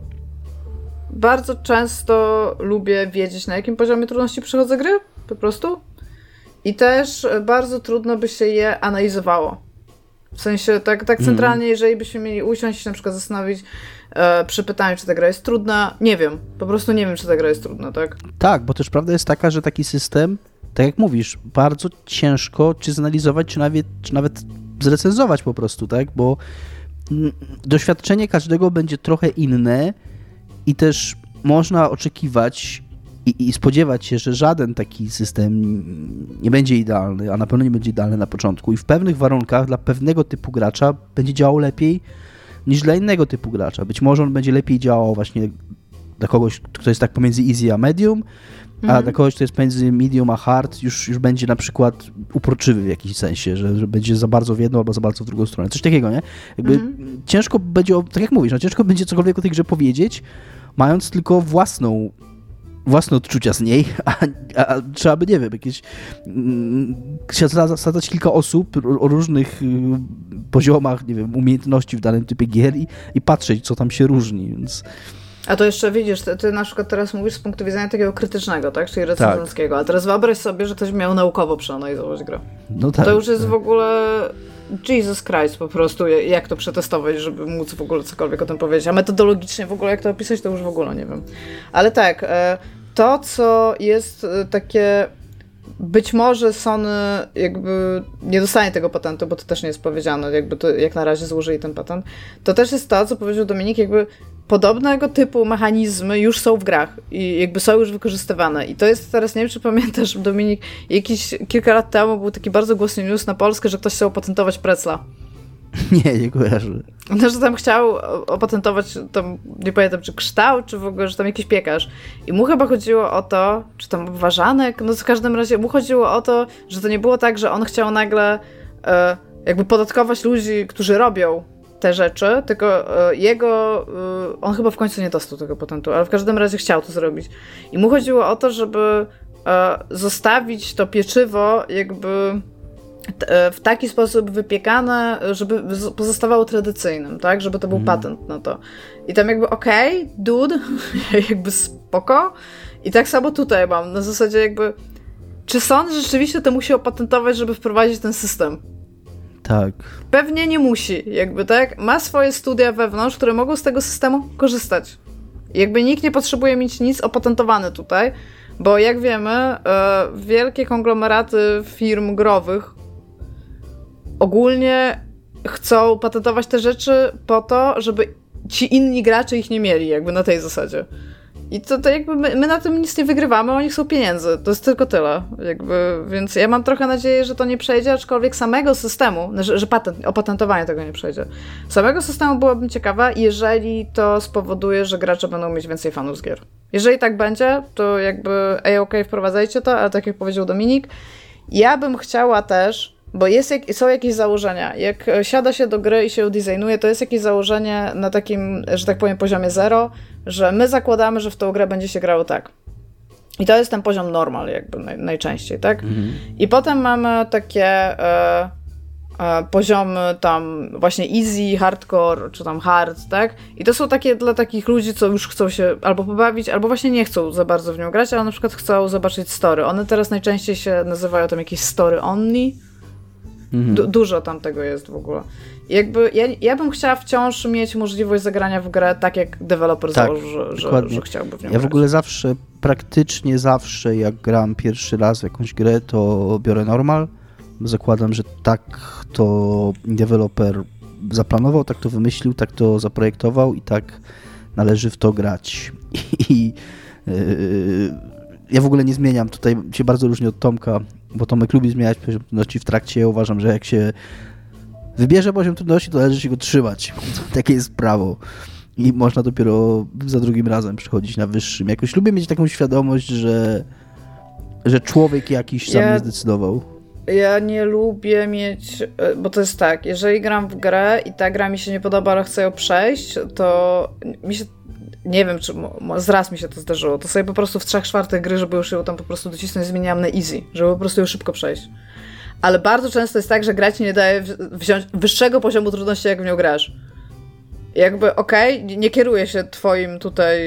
Bardzo często lubię wiedzieć, na jakim poziomie trudności przechodzę gry, po prostu. I też bardzo trudno by się je analizowało. W sensie tak centralnie, jeżeli byśmy mieli usiąść i na przykład zastanowić przy pytaniu, czy ta gra jest trudna, nie wiem. Po prostu nie wiem, czy ta gra jest trudna, tak? Tak, bo też prawda jest taka, że taki system, tak jak mówisz, bardzo ciężko czy zanalizować, czy nawet zrecenzować po prostu, tak? Bo doświadczenie każdego będzie trochę inne i też można oczekiwać i spodziewać się, że żaden taki system nie będzie idealny, a na pewno nie będzie idealny na początku i w pewnych warunkach dla pewnego typu gracza będzie działał lepiej niż dla innego typu gracza. Być może on będzie lepiej działał właśnie dla kogoś, kto jest tak pomiędzy easy a medium, a dla kogoś, kto jest pomiędzy medium a hard, już będzie na przykład uporczywy w jakimś sensie, że będzie za bardzo w jedną albo za bardzo w drugą stronę. Coś takiego, nie? Jakby ciężko będzie, tak jak mówisz, ciężko będzie cokolwiek o tej grze powiedzieć, mając tylko własne odczucia z niej, a trzeba by, nie wiem, jakieś zadać kilka osób o różnych poziomach, nie wiem, umiejętności w danym typie gier i patrzeć, co tam się różni, więc... A to jeszcze widzisz, ty na przykład teraz mówisz z punktu widzenia takiego krytycznego, tak? Czyli recenzenckiego, tak. A teraz wyobraź sobie, że ktoś miał naukowo przeanalizować grę. No tak. To już jest w ogóle Jesus Christ po prostu, jak to przetestować, żeby móc w ogóle cokolwiek o tym powiedzieć. A metodologicznie w ogóle jak to opisać, to już w ogóle nie wiem. Ale tak, to co jest takie... Być może Sony jakby nie dostanie tego patentu, bo to też nie jest powiedziane, jakby to jak na razie złożyli ten patent. To też jest to, co powiedział Dominik, jakby podobnego typu mechanizmy już są w grach i jakby są już wykorzystywane. I to jest teraz, nie wiem, czy pamiętasz, Dominik, kilka lat temu był taki bardzo głośny news na Polskę, że ktoś chciał opatentować Pretzla. Nie kojarzę. No, że tam chciał opatentować, tam nie pamiętam, czy kształt, czy w ogóle, że tam jakiś piekarz. I mu chyba chodziło o to, czy tam ważanek, no w każdym razie mu chodziło o to, że to nie było tak, że on chciał nagle jakby podatkować ludzi, którzy robią te rzeczy, tylko on chyba w końcu nie dostał tego patentu, ale w każdym razie chciał to zrobić. I mu chodziło o to, żeby zostawić to pieczywo jakby w taki sposób wypiekane, żeby pozostawało tradycyjnym, tak? Żeby to był patent na to. I tam jakby okej, dude, jakby spoko. I tak samo tutaj mam, na zasadzie jakby czy Sony rzeczywiście to musi opatentować, żeby wprowadzić ten system? Tak. Pewnie nie musi, jakby tak? Ma swoje studia wewnątrz, które mogą z tego systemu korzystać. Jakby nikt nie potrzebuje mieć nic opatentowane tutaj, bo jak wiemy, wielkie konglomeraty firm growych ogólnie chcą patentować te rzeczy po to, żeby ci inni gracze ich nie mieli, jakby na tej zasadzie. I to jakby my na tym nic nie wygrywamy, oni chcą pieniędzy. To jest tylko tyle. Jakby, więc ja mam trochę nadzieję, że to nie przejdzie, aczkolwiek samego systemu, że opatentowanie tego nie przejdzie. Samego systemu byłabym ciekawa, jeżeli to spowoduje, że gracze będą mieć więcej fanów z gier. Jeżeli tak będzie, to jakby wprowadzajcie to, ale tak jak powiedział Dominik, Ja bym chciała też, bo są jakieś założenia. Jak siada się do gry i się ją designuje, to jest jakieś założenie na takim, że tak powiem, poziomie 0, że my zakładamy, że w tą grę będzie się grało tak. I to jest ten poziom normal jakby najczęściej, tak? I potem mamy takie poziomy tam właśnie easy, hardcore, czy tam hard, tak? I to są takie dla takich ludzi, co już chcą się albo pobawić, albo właśnie nie chcą za bardzo w nią grać, ale na przykład chcą zobaczyć story. One teraz najczęściej się nazywają tam jakieś story only. Dużo tam tego jest w ogóle. I jakby ja bym chciała wciąż mieć możliwość zagrania w grę tak, jak deweloper założył, że chciałby w nią grać. W ogóle praktycznie zawsze, jak gram pierwszy raz w jakąś grę, to biorę normal. Zakładam, że tak to deweloper zaplanował, tak to wymyślił, tak to zaprojektował i tak należy w to grać. Ja w ogóle nie zmieniam. Tutaj się bardzo różni od Tomka, bo Tomek lubi zmieniać poziom trudności w trakcie. Ja uważam, że jak się wybierze poziom trudności, to należy się go trzymać. Takie jest prawo. I można dopiero za drugim razem przychodzić na wyższym. Jakoś lubię mieć taką świadomość, że człowiek jakiś sam nie zdecydował. Ja nie lubię mieć, bo to jest tak, jeżeli gram w grę i ta gra mi się nie podoba, ale chcę ją przejść, to mi się, nie wiem, czy raz mi się to zdarzyło, to sobie po prostu w 3/4 gry, żeby już ją tam po prostu docisnąć, zmieniałam na easy, żeby po prostu ją szybko przejść. Ale bardzo często jest tak, że gra ci nie daje wziąć wyższego poziomu trudności, jak w nią grasz. Jakby nie kieruję się twoim tutaj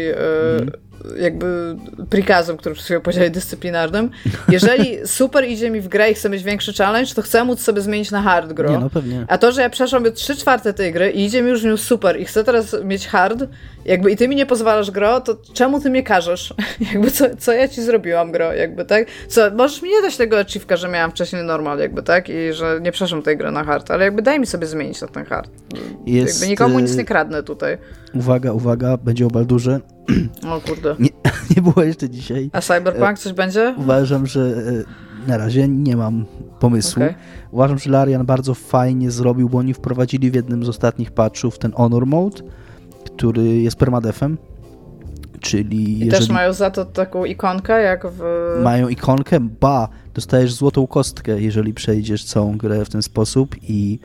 jakby prikazem, który przez chwilę powiedziałeś dyscyplinarnym. Jeżeli super idzie mi w grę i chcę mieć większy challenge, to chcę móc sobie zmienić na hard gro. Nie, no pewnie. A to, że ja przeszłam 3/4 tej gry i idzie mi już w nią super i chcę teraz mieć hard, jakby i ty mi nie pozwalasz gro, to czemu ty mnie każesz? Jakby co ja ci zrobiłam gro, jakby tak? Możesz mi nie dać tego achievka, że miałam wcześniej normal, jakby tak? I że nie przeszłam tej gry na hard, ale jakby daj mi sobie zmienić na ten hard. Jakby nikomu nic nie kradnę tutaj. Uwaga, będzie o Baldurze. O kurde. Nie było jeszcze dzisiaj. A Cyberpunk coś będzie? Uważam, że na razie nie mam pomysłu. Okay. Uważam, że Larian bardzo fajnie zrobił, bo oni wprowadzili w jednym z ostatnich patchów ten Honor Mode, który jest permadefem. Czyli też mają za to taką ikonkę, jak w... Mają ikonkę, dostajesz złotą kostkę, jeżeli przejdziesz całą grę w ten sposób i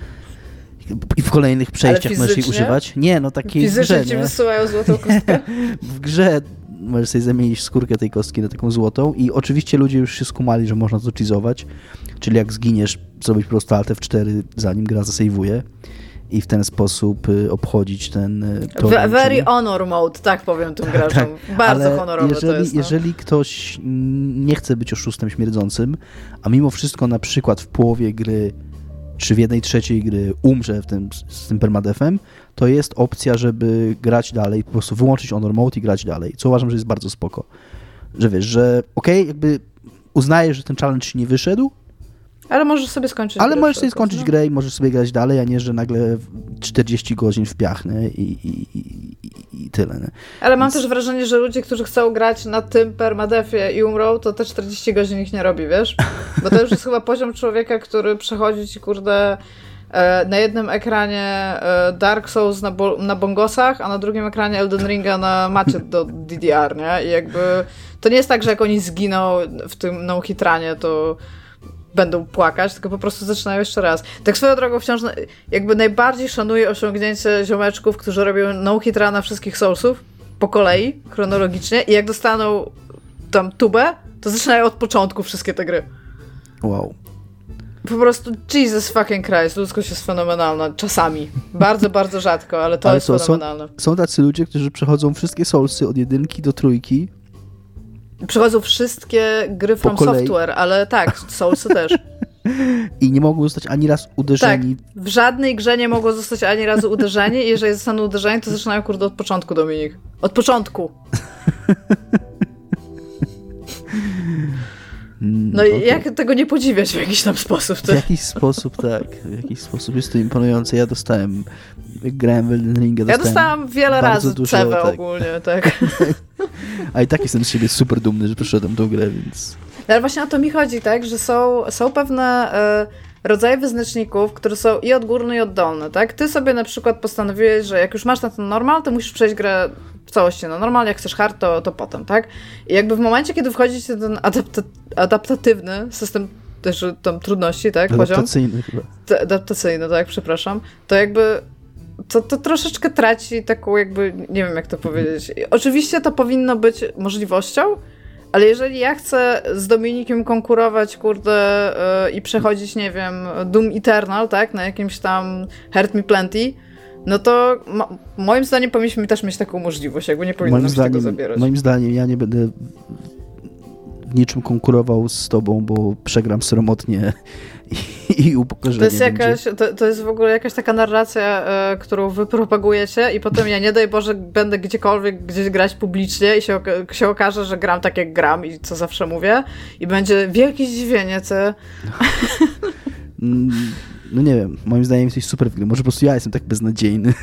w kolejnych przejściach możesz jej używać. Nie, no takiej fizycznie grze, ci wysyłają złotą kostkę? W grze możesz sobie zamienić skórkę tej kostki na taką złotą i oczywiście ludzie już się skumali, że można to cheezować, czyli jak zginiesz, zrobić po prostu Alt F4, zanim gra zasejwuje i w ten sposób obchodzić ten... Very honor mode, tak powiem tym graczom. Tak, bardzo honorowe to jest. Jeżeli ktoś nie chce być oszustem śmierdzącym, a mimo wszystko na przykład w połowie gry czy w 1/3 gry umrze z tym permadefem, to jest opcja, żeby grać dalej, po prostu wyłączyć honor mode i grać dalej, co uważam, że jest bardzo spoko. Że wiesz, że jakby uznajesz, że ten challenge ci nie wyszedł, ale możesz sobie skończyć grę. Ale możesz sobie skończyć grę i możesz sobie grać dalej, a nie, że nagle 40 godzin w piach, nie? I tyle. Nie? Ale mam też wrażenie, że ludzie, którzy chcą grać na tym permadefie i umrą, to te 40 godzin ich nie robi, wiesz? Bo to już jest chyba poziom człowieka, który przechodzi ci, kurde, na jednym ekranie Dark Souls na bongosach, a na drugim ekranie Elden Ringa na macie do DDR, nie? I jakby to nie jest tak, że jak oni zginą w tym no-hitranie, to będą płakać, tylko po prostu zaczynają jeszcze raz. Tak swoją drogą wciąż jakby najbardziej szanuję osiągnięcie ziomeczków, którzy robią no-hitrana wszystkich Soulsów po kolei, chronologicznie i jak dostaną tam tubę, to zaczynają od początku wszystkie te gry. Wow. Po prostu Jesus fucking Christ, ludzkość jest fenomenalna. Czasami. Bardzo, bardzo rzadko, ale to jest fenomenalne. Są tacy ludzie, którzy przechodzą wszystkie Soulsy od 1 do 3. Przechodzą wszystkie gry From Software, ale tak, Soulsy też. I nie mogą zostać ani raz uderzeni. Tak, w żadnej grze nie mogło zostać ani razu uderzeni i jeżeli zostaną uderzeni, to zaczynają kurde od początku, Dominik. Od początku. No i jak tego nie podziwiać w jakiś tam sposób? W jakiś sposób, tak. W jakiś sposób jest to imponujące. Ja dostałem, jak grałem w Elden Ringa, ja dostałam wiele razy cewę ogólnie, tak. A i tak jestem z siebie super dumny, że przeszedłem tą grę, więc... Ale właśnie o to mi chodzi, tak, że są pewne rodzaje wyznaczników, które są i odgórne, i oddolne, tak? Ty sobie na przykład postanowiłeś, że jak już masz na ten normal, to musisz przejść grę w całości na normal, jak chcesz hard, to potem, tak? I jakby w momencie, kiedy wchodzicie ten adaptatywny system też tam trudności, tak? Adaptacyjny chyba. Adaptacyjny, tak, przepraszam. To jakby to troszeczkę traci taką jakby, nie wiem jak to powiedzieć. Oczywiście to powinno być możliwością, ale jeżeli ja chcę z Dominikiem konkurować, kurde, i przechodzić, nie wiem, Doom Eternal, tak, na jakimś tam Hurt Me Plenty, no to moim zdaniem powinniśmy też mieć taką możliwość, jakby nie powinno nam się tego zabierać. Moim zdaniem ja nie będę w niczym konkurował z tobą, bo przegram sromotnie i upokorzenie to jest w ogóle jakaś taka narracja, którą wy propagujecie i potem ja nie daj Boże będę gdziekolwiek gdzieś grać publicznie i się okaże, że gram tak jak gram i co zawsze mówię i będzie wielkie zdziwienie, No nie wiem, moim zdaniem jesteś super w grze. Może po prostu ja jestem tak beznadziejny,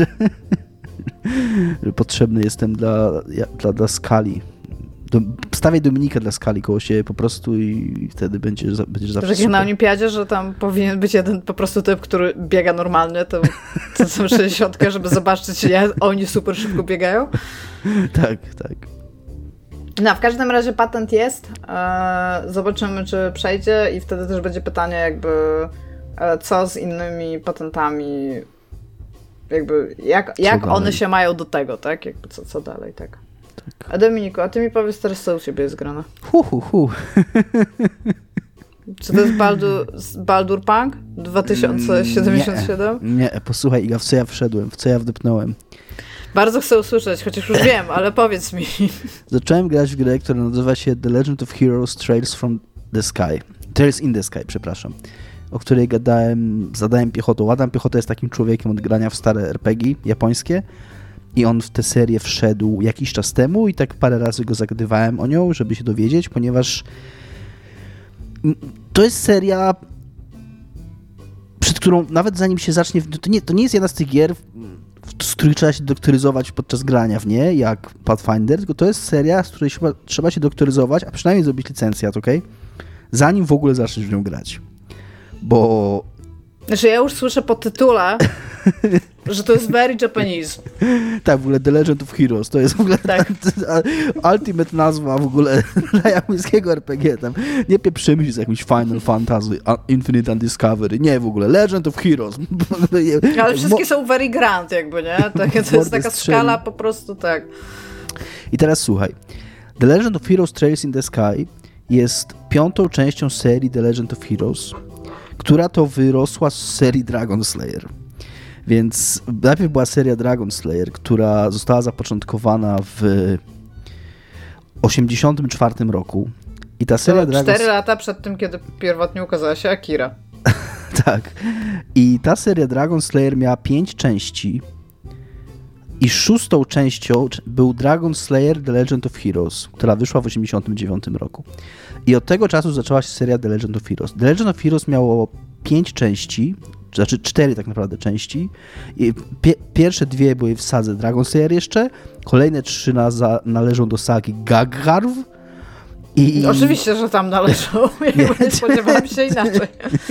że potrzebny jestem dla skali. Stawiaj Dominika dla skali koło siebie po prostu i wtedy będziesz zawsze tak jak na olimpiadzie, że tam powinien być jeden po prostu typ, który biega normalnie, to są 60, żeby zobaczyć, jak oni super szybko biegają. Tak. No, w każdym razie patent jest. Zobaczymy, czy przejdzie i wtedy też będzie pytanie jakby co z innymi patentami, jakby jak one się mają do tego, tak? Jakby co dalej, tak. A Dominiku, a ty mi powiedz teraz, co u ciebie jest grane? Czy to jest Baldur Punk 2077? Nie, posłuchaj Iga, w co ja wszedłem, w co ja wdepnąłem. Bardzo chcę usłyszeć, chociaż już wiem, ale powiedz mi. Zacząłem grać w grę, która nazywa się The Legend of Heroes Trails in the Sky, przepraszam, o której zadałem Piechotą. Adam Piechota jest takim człowiekiem od grania w stare RPG japońskie i on w tę serię wszedł jakiś czas temu i tak parę razy go zagadywałem o nią, żeby się dowiedzieć, ponieważ to jest seria, przed którą nawet zanim się zacznie, to nie jest jedna z tych gier, z których trzeba się doktoryzować podczas grania w nie, jak Pathfinder, tylko to jest seria, z której trzeba się doktoryzować, a przynajmniej zrobić licencjat, okej? Zanim w ogóle zaczniesz w nią grać. Bo... Znaczy ja już słyszę po tytule, że to jest very Japanese. Tak, w ogóle The Legend of Heroes, to jest w ogóle tak. ultimate nazwa w ogóle dla japońskiego RPG. Tam nie pieprzymy się z jakimś Final Fantasy, Infinite Undiscovery, nie w ogóle, Legend of Heroes. Ale wszystkie są very grand jakby, nie? To jest taka skala po prostu, tak. I teraz słuchaj, The Legend of Heroes Trails in the Sky jest 5. częścią serii The Legend of Heroes, która to wyrosła z serii Dragon Slayer. Więc najpierw była seria Dragon Slayer, która została zapoczątkowana w 1984 roku. I ta seria 4 lata przed tym, kiedy pierwotnie ukazała się Akira. Tak. I ta seria Dragon Slayer miała 5 części. I 6. częścią był Dragon Slayer The Legend of Heroes, która wyszła w 1989 roku. I od tego czasu zaczęła się seria The Legend of Heroes. The Legend of Heroes miało 5 części, znaczy 4 tak naprawdę części. I pierwsze 2 były w sadze Dragon Slayer jeszcze, kolejne 3 należą do sagi Gagharv. Oczywiście, że tam należą. Nie spodziewałem się inaczej.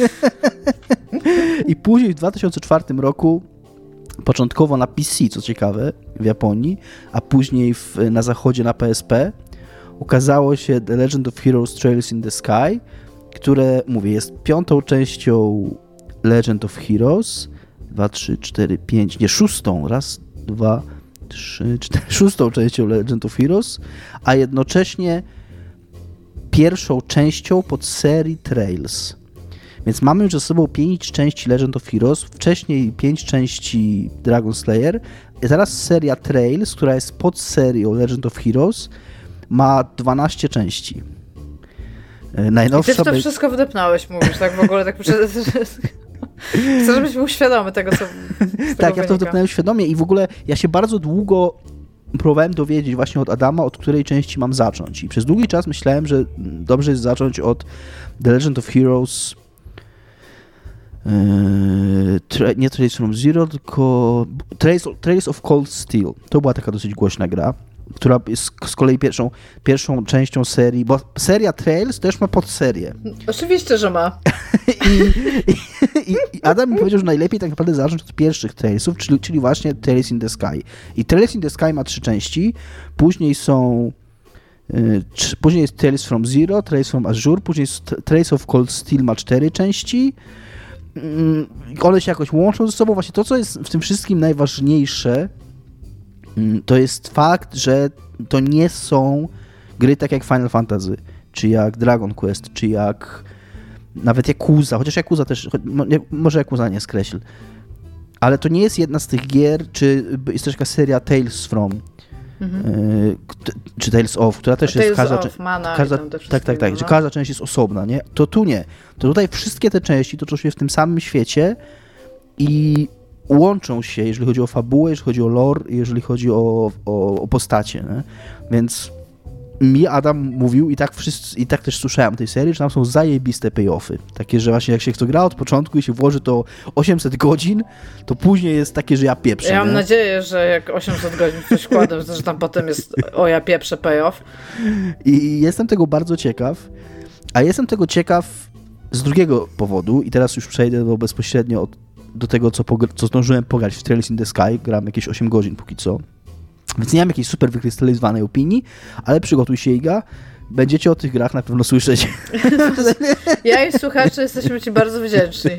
I później w 2004 roku początkowo na PC, co ciekawe, w Japonii, a później na zachodzie na PSP ukazało się The Legend of Heroes Trails in the Sky, które, mówię, jest 5. częścią Legend of Heroes, 2, 3, 4, 5, nie, 6. Raz, 2, 3, 4, 6. częścią Legend of Heroes, a jednocześnie 1. częścią podserii Trails. Więc mamy już ze sobą 5 części Legend of Heroes, wcześniej 5 części Dragon Slayer, teraz seria Trails, która jest pod serią Legend of Heroes, ma 12 części. Najnowsza... I ty to wszystko wdepnąłeś, mówisz, tak w ogóle, tak chcę, żebyś był świadomy tego, co tak, ja to wdepnąłem świadomie i w ogóle ja się bardzo długo próbowałem dowiedzieć właśnie od Adama, od której części mam zacząć. I przez długi czas myślałem, że dobrze jest zacząć od The Legend of Heroes nie Trails from Zero, tylko Trails of Cold Steel. To była taka dosyć głośna gra. która jest z kolei pierwszą częścią serii, bo seria Trails też ma podserię. Oczywiście, że ma. I Adam mi powiedział, że najlepiej tak naprawdę zacząć od pierwszych Trailsów, czyli właśnie Trails in the Sky. I Trails in the Sky ma 3 części, później jest Trails from Zero, Trails from Azure, później jest Trails of Cold Steel ma 4 części. One się jakoś łączą ze sobą. Właśnie to, co jest w tym wszystkim najważniejsze, to jest fakt, że to nie są gry tak jak Final Fantasy, czy jak Dragon Quest, czy jak nawet Yakuza, chociaż Yakuza też, może Yakuza nie skreśl, ale to nie jest jedna z tych gier, czy jest też taka seria Tales from, czy Tales of, która też jest każda część jest osobna, nie? To tu nie. To tutaj wszystkie te części toczą się w tym samym świecie i łączą się, jeżeli chodzi o fabułę, jeżeli chodzi o lore, jeżeli chodzi o postacie, nie? Więc mi Adam mówił i tak też słyszałem tej serii, że tam są zajebiste payoffy. Takie, że właśnie jak się w to gra od początku i się włoży to 800 godzin, to później jest takie, że ja pieprzę. Ja mam nadzieję, że jak 800 godzin coś wkładam, że tam potem jest ja pieprzę payoff. I jestem tego bardzo ciekaw, a jestem tego ciekaw z drugiego powodu i teraz już przejdę bezpośrednio do tego, co zdążyłem pograć w Trails in the Sky. Gram jakieś 8 godzin póki co. Więc nie mam jakiejś super wykrystalizowanej opinii, ale przygotuj się, Iga. Będziecie o tych grach na pewno słyszeć. Ja i słuchacze jesteśmy ci bardzo wdzięczni.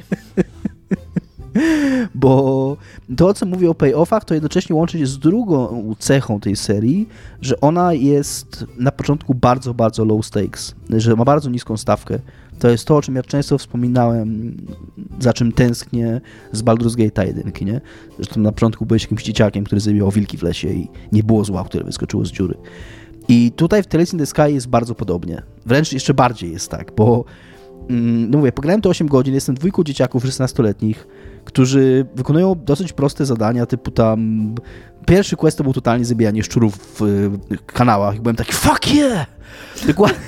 Bo to, co mówię o payoffach, to jednocześnie łączy się z drugą cechą tej serii, że ona jest na początku bardzo, bardzo low stakes, że ma bardzo niską stawkę. To jest to, o czym ja często wspominałem, za czym tęsknię z Baldur's Gate 1, nie? Zresztą na początku byłeś jakimś dzieciakiem, który zabijał wilki w lesie i nie było zła, które wyskoczyło z dziury. I tutaj w Trails in the Sky jest bardzo podobnie. Wręcz jeszcze bardziej jest tak, bo no mówię, pograłem to 8 godzin, jestem 2 dzieciaków 16-letnich, którzy wykonują dosyć proste zadania, typu tam pierwszy quest to był totalnie zabijanie szczurów w kanałach i byłem taki fuck yeah! Dokładnie.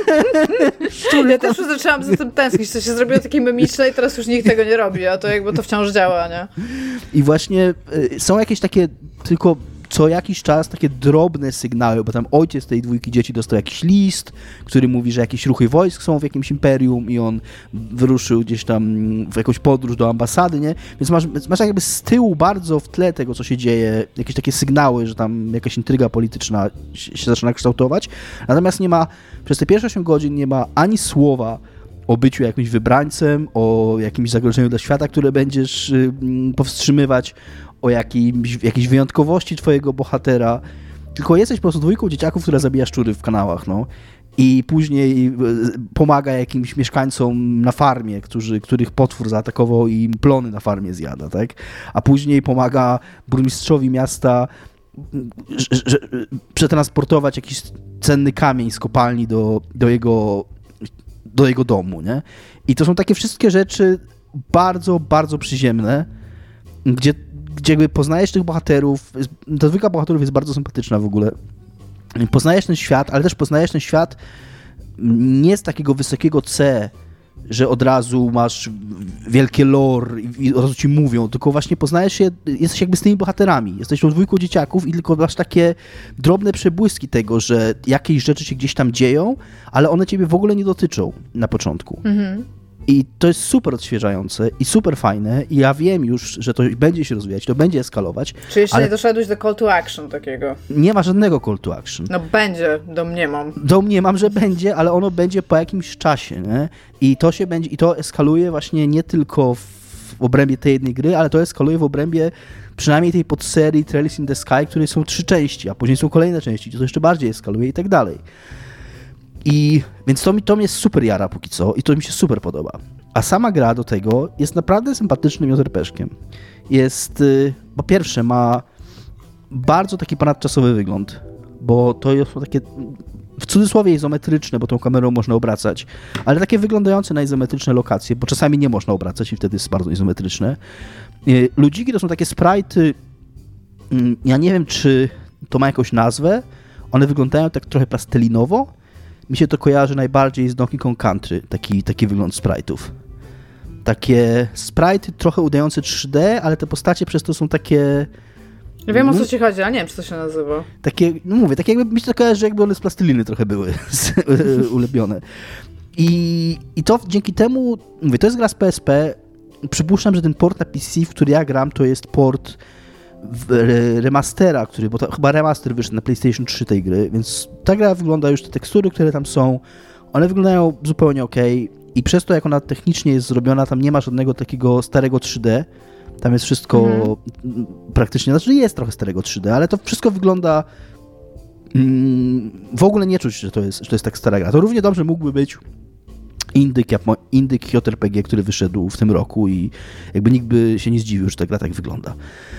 Ja też już zaczęłam za tym tęsknić, to się zrobiło takie memiczne i teraz już nikt tego nie robi, a to jakby to wciąż działa, nie? I właśnie są jakieś takie tylko co jakiś czas takie drobne sygnały, bo tam ojciec tej 2 dzieci dostał jakiś list, który mówi, że jakieś ruchy wojsk są w jakimś imperium i on wyruszył gdzieś tam w jakąś podróż do ambasady, nie? Więc masz jakby z tyłu bardzo w tle tego, co się dzieje, jakieś takie sygnały, że tam jakaś intryga polityczna się zaczyna kształtować. Natomiast przez te pierwsze 8 godzin nie ma ani słowa o byciu jakimś wybrańcem, o jakimś zagrożeniu dla świata, które będziesz powstrzymywać, o jakiejś wyjątkowości twojego bohatera, tylko jesteś po prostu 2 dzieciaków, które zabija szczury w kanałach, no. I później pomaga jakimś mieszkańcom na farmie, których potwór zaatakował i im plony na farmie zjada, tak? A później pomaga burmistrzowi miasta przetransportować jakiś cenny kamień z kopalni do jego domu, nie? I to są takie wszystkie rzeczy bardzo, bardzo przyziemne, gdzie jakby poznajesz tych bohaterów, ta 2 bohaterów jest bardzo sympatyczna w ogóle. Poznajesz ten świat, ale też poznajesz ten świat nie z takiego wysokiego C, że od razu masz wielkie lore i od razu ci mówią, tylko właśnie poznajesz się, jesteś jakby z tymi bohaterami. Jesteś tą 2 dzieciaków i tylko masz takie drobne przebłyski tego, że jakieś rzeczy się gdzieś tam dzieją, ale one ciebie w ogóle nie dotyczą na początku. Mhm. I to jest super odświeżające i super fajne i ja wiem już, że to będzie się rozwijać, to będzie eskalować. Czy jeszcze nie doszedłeś do call to action takiego? Nie ma żadnego call to action. No będzie, domniemam. Domniemam, że będzie, ale ono będzie po jakimś czasie, nie? I to eskaluje właśnie nie tylko w obrębie tej jednej gry, ale to eskaluje w obrębie przynajmniej tej podserii Trails in the Sky, której są 3 części, a później są kolejne części, to jeszcze bardziej eskaluje i tak dalej. Więc to mnie super jara póki co i to mi się super podoba. A sama gra do tego jest naprawdę sympatycznym JRPG-kiem. Po pierwsze ma bardzo taki ponadczasowy wygląd, bo to są takie w cudzysłowie izometryczne, bo tą kamerą można obracać, ale takie wyglądające na izometryczne lokacje, bo czasami nie można obracać i wtedy jest bardzo izometryczne. Ludziki to są takie sprite'y, ja nie wiem, czy to ma jakąś nazwę, one wyglądają tak trochę plastelinowo. Mi się to kojarzy najbardziej z Donkey Kong Country, taki wygląd sprite'ów. Takie sprite'y trochę udające 3D, ale te postacie przez to są takie Ja wiem, o co ci chodzi, ale nie wiem, czy to się nazywa. Takie, no mówię, tak jakby mi się kojarzy, że jakby one z plasteliny trochę były ulepione. I to dzięki temu, mówię, to jest gra z PSP. Przypuszczam, że ten port na PC, w który ja gram, to jest port remastera, bo to chyba remaster wyszedł na PlayStation 3 tej gry, więc ta gra wygląda już, te tekstury, które tam są, one wyglądają zupełnie okej. I przez to, jak ona technicznie jest zrobiona, tam nie ma żadnego takiego starego 3D. Tam jest wszystko praktycznie, znaczy jest trochę starego 3D, ale to wszystko wygląda w ogóle nie czuć, że to jest tak stara gra. To równie dobrze mógłby być indyk JRPG, który wyszedł w tym roku i jakby nikt by się nie zdziwił, że ta gra tak wygląda.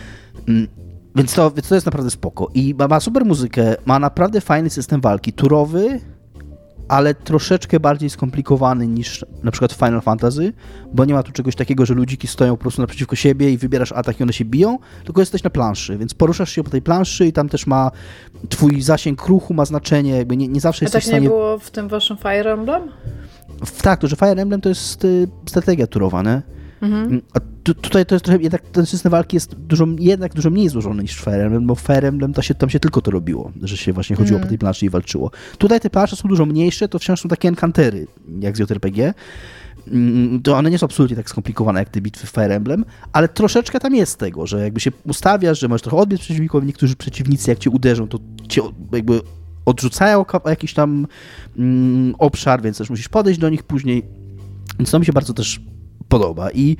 Więc to jest naprawdę spoko. I ma super muzykę, ma naprawdę fajny system walki, turowy, ale troszeczkę bardziej skomplikowany niż na przykład w Final Fantasy, bo nie ma tu czegoś takiego, że ludziki stoją po prostu naprzeciwko siebie i wybierasz atak i one się biją, tylko jesteś na planszy, więc poruszasz się po tej planszy i tam też ma twój zasięg ruchu, ma znaczenie, jakby nie zawsze jesteś w stanie... A tak nie było w tym waszym Fire Emblem? Tak, to że Fire Emblem to jest strategia turowa, nie? A tutaj to jest trochę, jednak ten system walki jest dużo mniej złożony niż w Fire Emblem, bo w Fire Emblem tam się tylko to robiło, że się właśnie chodziło po tej planszy i walczyło. Tutaj te plansze są dużo mniejsze, to wciąż są takie encountery, jak z JRPG. To one nie są absolutnie tak skomplikowane jak te bitwy w Fire Emblem, ale troszeczkę tam jest tego, że jakby się ustawiasz, że możesz trochę odbiec przeciwnikowi, niektórzy przeciwnicy jak cię uderzą, to cię jakby odrzucają jakiś tam obszar, więc też musisz podejść do nich później. Więc to mi się bardzo też podoba i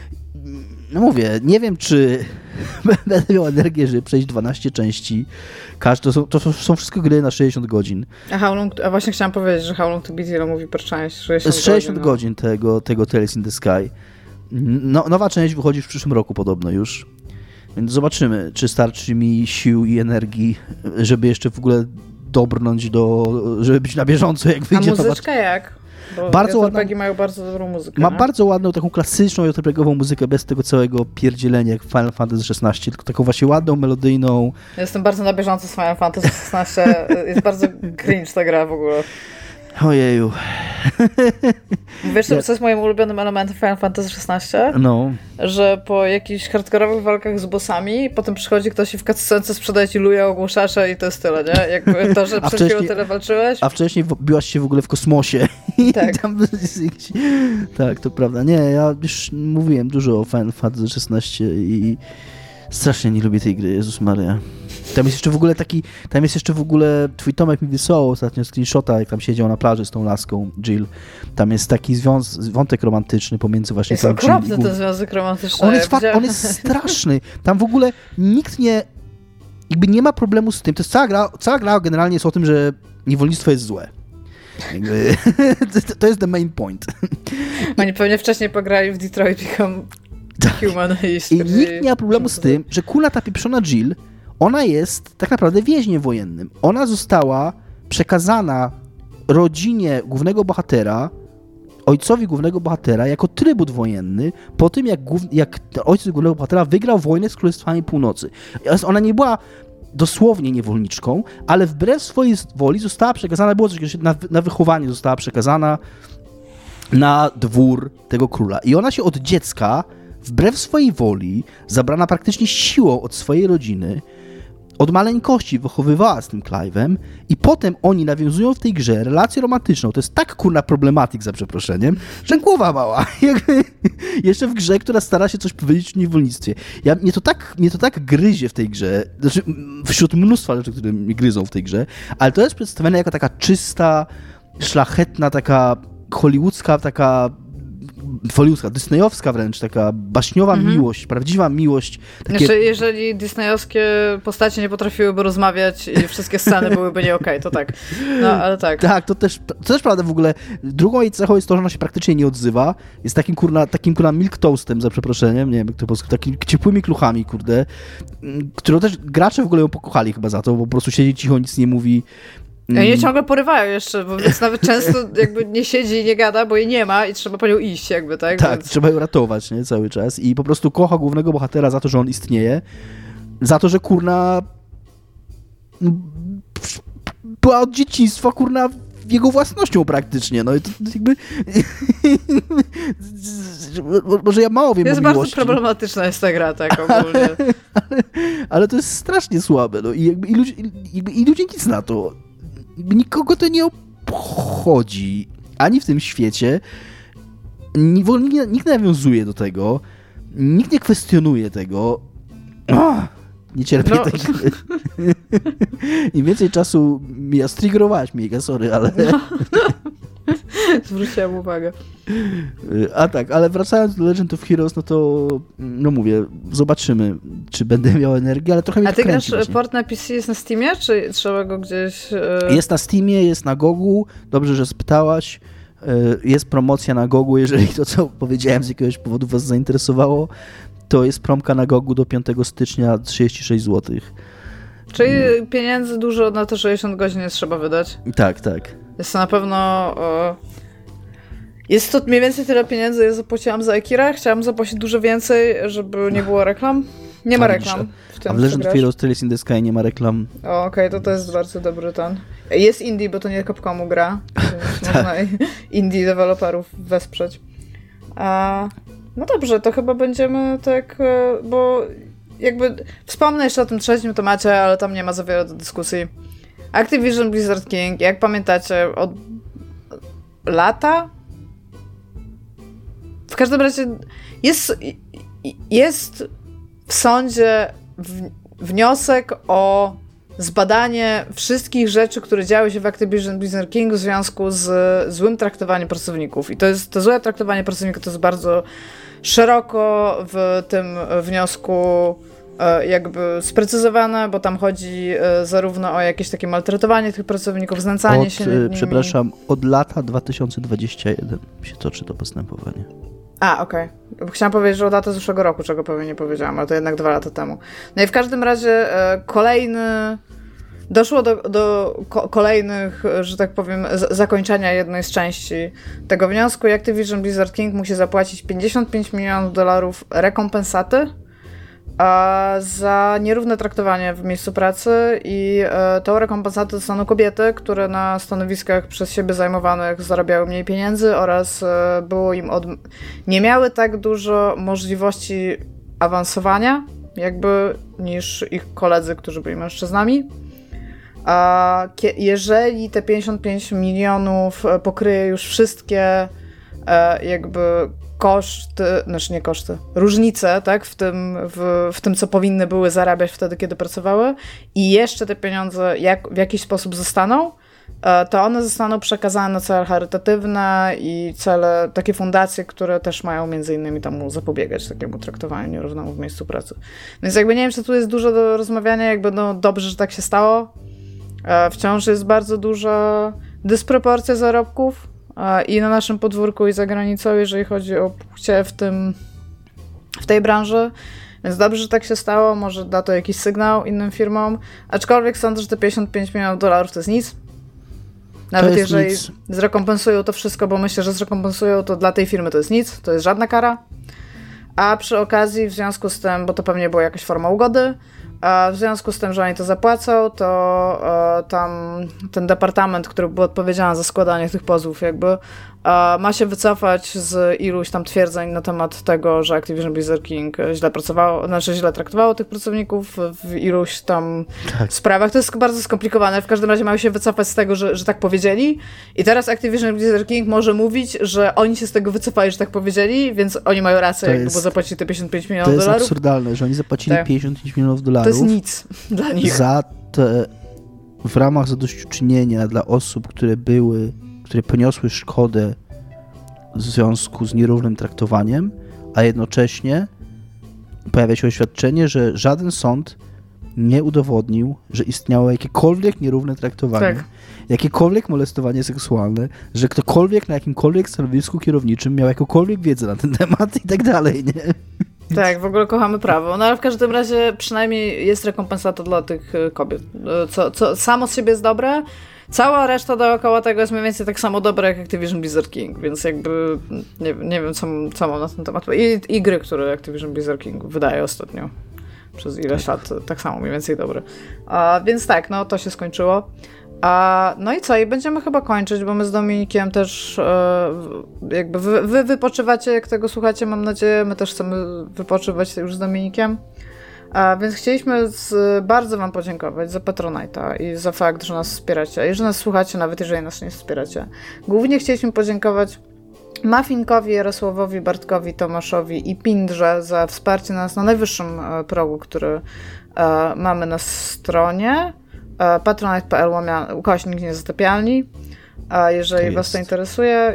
no mówię, nie wiem, czy będę miał energię, żeby przejść 12 części. To są wszystko gry na 60 godzin. A właśnie chciałam powiedzieć, że How Long to Beat ile mówi per część? 60 godzin tego Tales in the Sky. Nowa część wychodzi w przyszłym roku podobno już. Więc zobaczymy, czy starczy mi sił i energii, żeby jeszcze w ogóle dobrnąć żeby być na bieżąco, jak wyjdzie. A muzyczka jak? Bo bardzo JRPG mają bardzo dobrą muzykę. Ma bardzo ładną, taką klasyczną JRPG-ową muzykę, bez tego całego pierdzielenia jak Final Fantasy XVI, tylko taką właśnie ładną, melodyjną. Ja jestem bardzo na bieżąco z Final Fantasy XVI. Jest bardzo cringe ta gra w ogóle. Ojeju. Wiesz, co jest moim ulubionym elementem Final Fantasy XVI? No. Że po jakichś hardkorowych walkach z bossami potem przychodzi ktoś i w cutscence sprzedaje ci luja, ogłuszacza i to jest tyle, nie? Jakby to, że przed chwilą tyle walczyłeś. A wcześniej biłaś się w ogóle w kosmosie. Tak. Tak, to prawda. Nie, ja już mówiłem dużo o Final Fantasy XVI i strasznie nie lubię tej gry, Jezus Maria. Tam jest jeszcze w ogóle twój Tomek mi wysłał ostatnio screenshota, jak tam siedział na plaży z tą laską Jill. Tam jest taki wątek romantyczny pomiędzy właśnie... Jest okropny ten związek romantyczny. On jest straszny. Tam w ogóle nikt nie ma problemu z tym. To jest cała gra generalnie jest o tym, że niewolnictwo jest złe. To jest the main point. Oni pewnie wcześniej pograli w Detroit Become Human i nikt nie ma problemu z tym, że ta pieprzona Jill, ona jest tak naprawdę więźniem wojennym. Ona została przekazana rodzinie głównego bohatera, ojcowi głównego bohatera, jako trybut wojenny, po tym jak ojciec głównego bohatera wygrał wojnę z Królestwami Północy. Ona nie była dosłownie niewolniczką, ale wbrew swojej woli została przekazana, na wychowanie została przekazana na dwór tego króla. I ona się od dziecka, wbrew swojej woli, zabrana praktycznie siłą od swojej rodziny, od maleńkości wychowywała z tym Clive'em i potem oni nawiązują w tej grze relację romantyczną. To jest tak problematyk, za przeproszeniem, że głowa mała. Jeszcze w grze, która stara się coś powiedzieć o niewolnictwie. Mnie to tak gryzie w tej grze, znaczy wśród mnóstwa rzeczy, które mnie gryzą w tej grze, ale to jest przedstawione jako taka czysta, szlachetna, taka hollywoodzka, disneyowska wręcz, taka baśniowa miłość, prawdziwa miłość. Znaczy, jeżeli disneyowskie postacie nie potrafiłyby rozmawiać i wszystkie sceny byłyby nie okej, to tak. No, ale tak. Tak, to też prawda w ogóle. Drugą jej cechą jest to, że ona się praktycznie nie odzywa. Jest takim milk toastem, za przeproszeniem, nie wiem jak to po polsku, takimi ciepłymi kluchami, kurde, którą też gracze w ogóle ją pokochali chyba za to, bo po prostu siedzi cicho, nic nie mówi. I jej ciągle porywają jeszcze, więc nawet często jakby nie siedzi i nie gada, bo jej nie ma i trzeba po nią iść jakby, tak? Tak, więc... trzeba ją ratować, nie? Cały czas i po prostu kocha głównego bohatera za to, że on istnieje, za to, że była od dzieciństwa, jego własnością praktycznie, no i to jakby może ja mało wiem o miłości. Bardzo problematyczna jest ta gra, tak ogólnie. Ale to jest strasznie słabe, no i ludzie nic na to. Nikogo to nie obchodzi, ani w tym świecie. Nikt nie nawiązuje do tego, nikt nie kwestionuje tego. Nie cierpię tej gry. Im więcej czasu mija, striggerowałaś mnie, sorry, ale... Zwróciłam uwagę. A tak, ale wracając do Legend of Heroes, no to, no mówię, zobaczymy, czy będę miał energię, ale trochę mnie to kręci. A ty grasz port na PC jest na Steamie, czy trzeba go gdzieś... Jest na Steamie, jest na Gogu, dobrze, że spytałaś. Jest promocja na Gogu, jeżeli to, co powiedziałem, z jakiegoś powodu was zainteresowało, to jest promka na Gogu do 5 stycznia 36 zł. Czyli pieniędzy dużo na te 60 godzin jest trzeba wydać. Tak, tak. Jest to na pewno... Jest to mniej więcej tyle pieniędzy, ja zapłaciłam za Akira. Chciałam zapłacić dużo więcej, żeby nie było reklam. Nie ma reklam w tym, a w Legend of Heroes Trails in the Sky nie ma reklam. Okej, to jest bardzo dobry ten. Jest indie, bo to nie Capcomu gra, więc można indie deweloperów wesprzeć. No dobrze, to chyba będziemy tak, bo jakby wspomnę jeszcze o tym trzecim temacie, ale tam nie ma za wiele do dyskusji. Activision Blizzard King, jak pamiętacie, od lata? W każdym razie jest w sądzie wniosek o zbadanie wszystkich rzeczy, które działy się w Activision Blizzard King w związku z złym traktowaniem pracowników. I to złe traktowanie pracowników to jest bardzo szeroko w tym wniosku jakby sprecyzowane, bo tam chodzi zarówno o jakieś takie maltretowanie tych pracowników, znęcanie się nad nimi. Przepraszam, od lata 2021 się toczy to postępowanie. Okej. Chciałam powiedzieć, że od lata zeszłego roku, czego pewnie nie powiedziałam, ale to jednak 2 lata temu. No i w każdym razie doszło do kolejnych, że tak powiem, zakończenia jednej z części tego wniosku i Activision Blizzard King musi zapłacić $55 milionów rekompensaty za nierówne traktowanie w miejscu pracy i tą rekompensatę dostaną kobiety, które na stanowiskach przez siebie zajmowanych zarabiały mniej pieniędzy oraz było im nie miały tak dużo możliwości awansowania jakby niż ich koledzy, którzy byli mężczyznami. Jeżeli te 55 milionów pokryje już wszystkie jakby różnice, tak, w tym, co powinny były zarabiać wtedy, kiedy pracowały i jeszcze te pieniądze w jakiś sposób zostaną, to one zostaną przekazane na cele charytatywne i cele, takie fundacje, które też mają między innymi temu zapobiegać takiemu traktowaniu nierównemu w miejscu pracy. Więc jakby nie wiem, czy tu jest dużo do rozmawiania, jakby no dobrze, że tak się stało. Wciąż jest bardzo duża dysproporcja zarobków i na naszym podwórku i za granicą, jeżeli chodzi o płcie w tej branży. Więc dobrze, że tak się stało, może da to jakiś sygnał innym firmom. Aczkolwiek sądzę, że te $55 milionów to jest nic. Nawet jeżeli zrekompensują to wszystko, bo myślę, że zrekompensują to dla tej firmy to jest nic, to jest żadna kara. A przy okazji, w związku z tym, bo to pewnie była jakaś forma ugody, a w związku z tym, że oni to zapłacą, to tam ten departament, który był odpowiedzialny za składanie tych pozwów, jakby ma się wycofać z iluś tam twierdzeń na temat tego, że Activision Blizzard King źle traktowało tych pracowników w iluś tam sprawach. To jest bardzo skomplikowane. W każdym razie mają się wycofać z tego, że tak powiedzieli. I teraz Activision Blizzard King może mówić, że oni się z tego wycofali, że tak powiedzieli, więc oni mają rację, bo zapłacili te $55 milionów. To jest absurdalne, że oni zapłacili $55 milionów. To jest nic dla nich. W ramach zadośćuczynienia dla osób, które poniosły szkodę w związku z nierównym traktowaniem, a jednocześnie pojawia się oświadczenie, że żaden sąd nie udowodnił, że istniało jakiekolwiek nierówne traktowanie, jakiekolwiek molestowanie seksualne, że ktokolwiek na jakimkolwiek stanowisku kierowniczym miał jakąkolwiek wiedzę na ten temat i tak dalej, nie? Tak, w ogóle kochamy prawo. No ale w każdym razie przynajmniej jest rekompensata dla tych kobiet. Co samo z siebie jest dobre. Cała reszta dookoła tego jest mniej więcej tak samo dobre jak Activision Blizzard King, więc jakby nie wiem, co mam na ten temat. I gry, które Activision Blizzard King wydaje ostatnio przez ileś lat, tak samo mniej więcej dobre. Więc tak, no to się skończyło. No i co? I będziemy chyba kończyć, bo my z Dominikiem też jakby wy wypoczywacie, jak tego słuchacie, mam nadzieję. My też chcemy wypoczywać już z Dominikiem. Więc chcieliśmy bardzo wam podziękować za Patronite'a i za fakt, że nas wspieracie i że nas słuchacie, nawet jeżeli nas nie wspieracie. Głównie chcieliśmy podziękować Muffinkowi, Jarosławowi, Bartkowi, Tomaszowi i Pindrze za wsparcie nas na najwyższym progu, który mamy na stronie patronite.pl/niezatapialni, jeżeli was to interesuje.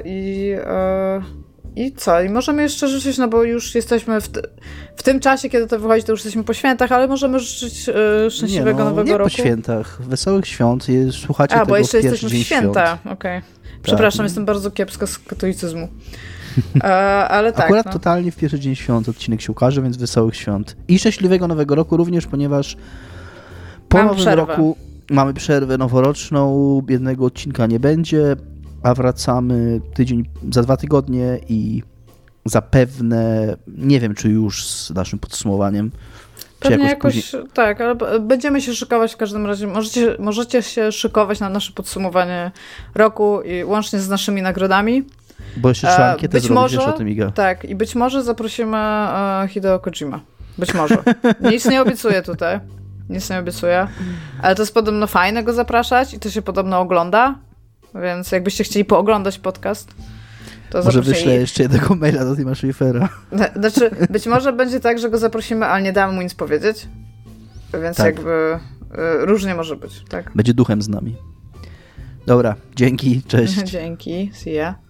I co? I możemy jeszcze życzyć, no bo już jesteśmy w tym czasie, kiedy to wychodzi, to już jesteśmy po świętach, ale możemy życzyć szczęśliwego nowego roku. Nie po świętach. Wesołych świąt. Słuchacie tego bo jeszcze w pierwszy jesteśmy dzień w święta. Świąt. Okej. Przepraszam, jestem bardzo kiepska z katolicyzmu. Ale tak. Akurat totalnie w pierwszy dzień świąt odcinek się ukaże, więc wesołych świąt. I szczęśliwego nowego roku również, ponieważ po nowym roku mamy przerwę noworoczną, jednego odcinka nie będzie, a wracamy za 2 tygodnie i zapewne, nie wiem czy już z naszym podsumowaniem. Pewnie jakoś tak, ale będziemy się szykować w każdym razie. Możecie się szykować na nasze podsumowanie roku i łącznie z naszymi nagrodami. Bo jeszcze trzeba ankietę zrobić, wiesz o tym, Iga. Tak, i być może zaprosimy Hideo Kojima. Być może. Nic nie obiecuję tutaj. Nic nie obiecuję. Ale to jest podobno fajne go zapraszać i to się podobno ogląda. Więc jakbyście chcieli pooglądać podcast, to może wyślę jeszcze jednego maila do Tima Schaeffera. Znaczy, być może będzie tak, że go zaprosimy, ale nie damy mu nic powiedzieć. Więc tak. Jakby różnie może być. Tak? Będzie duchem z nami. Dobra, dzięki, cześć. Dzięki, see ya.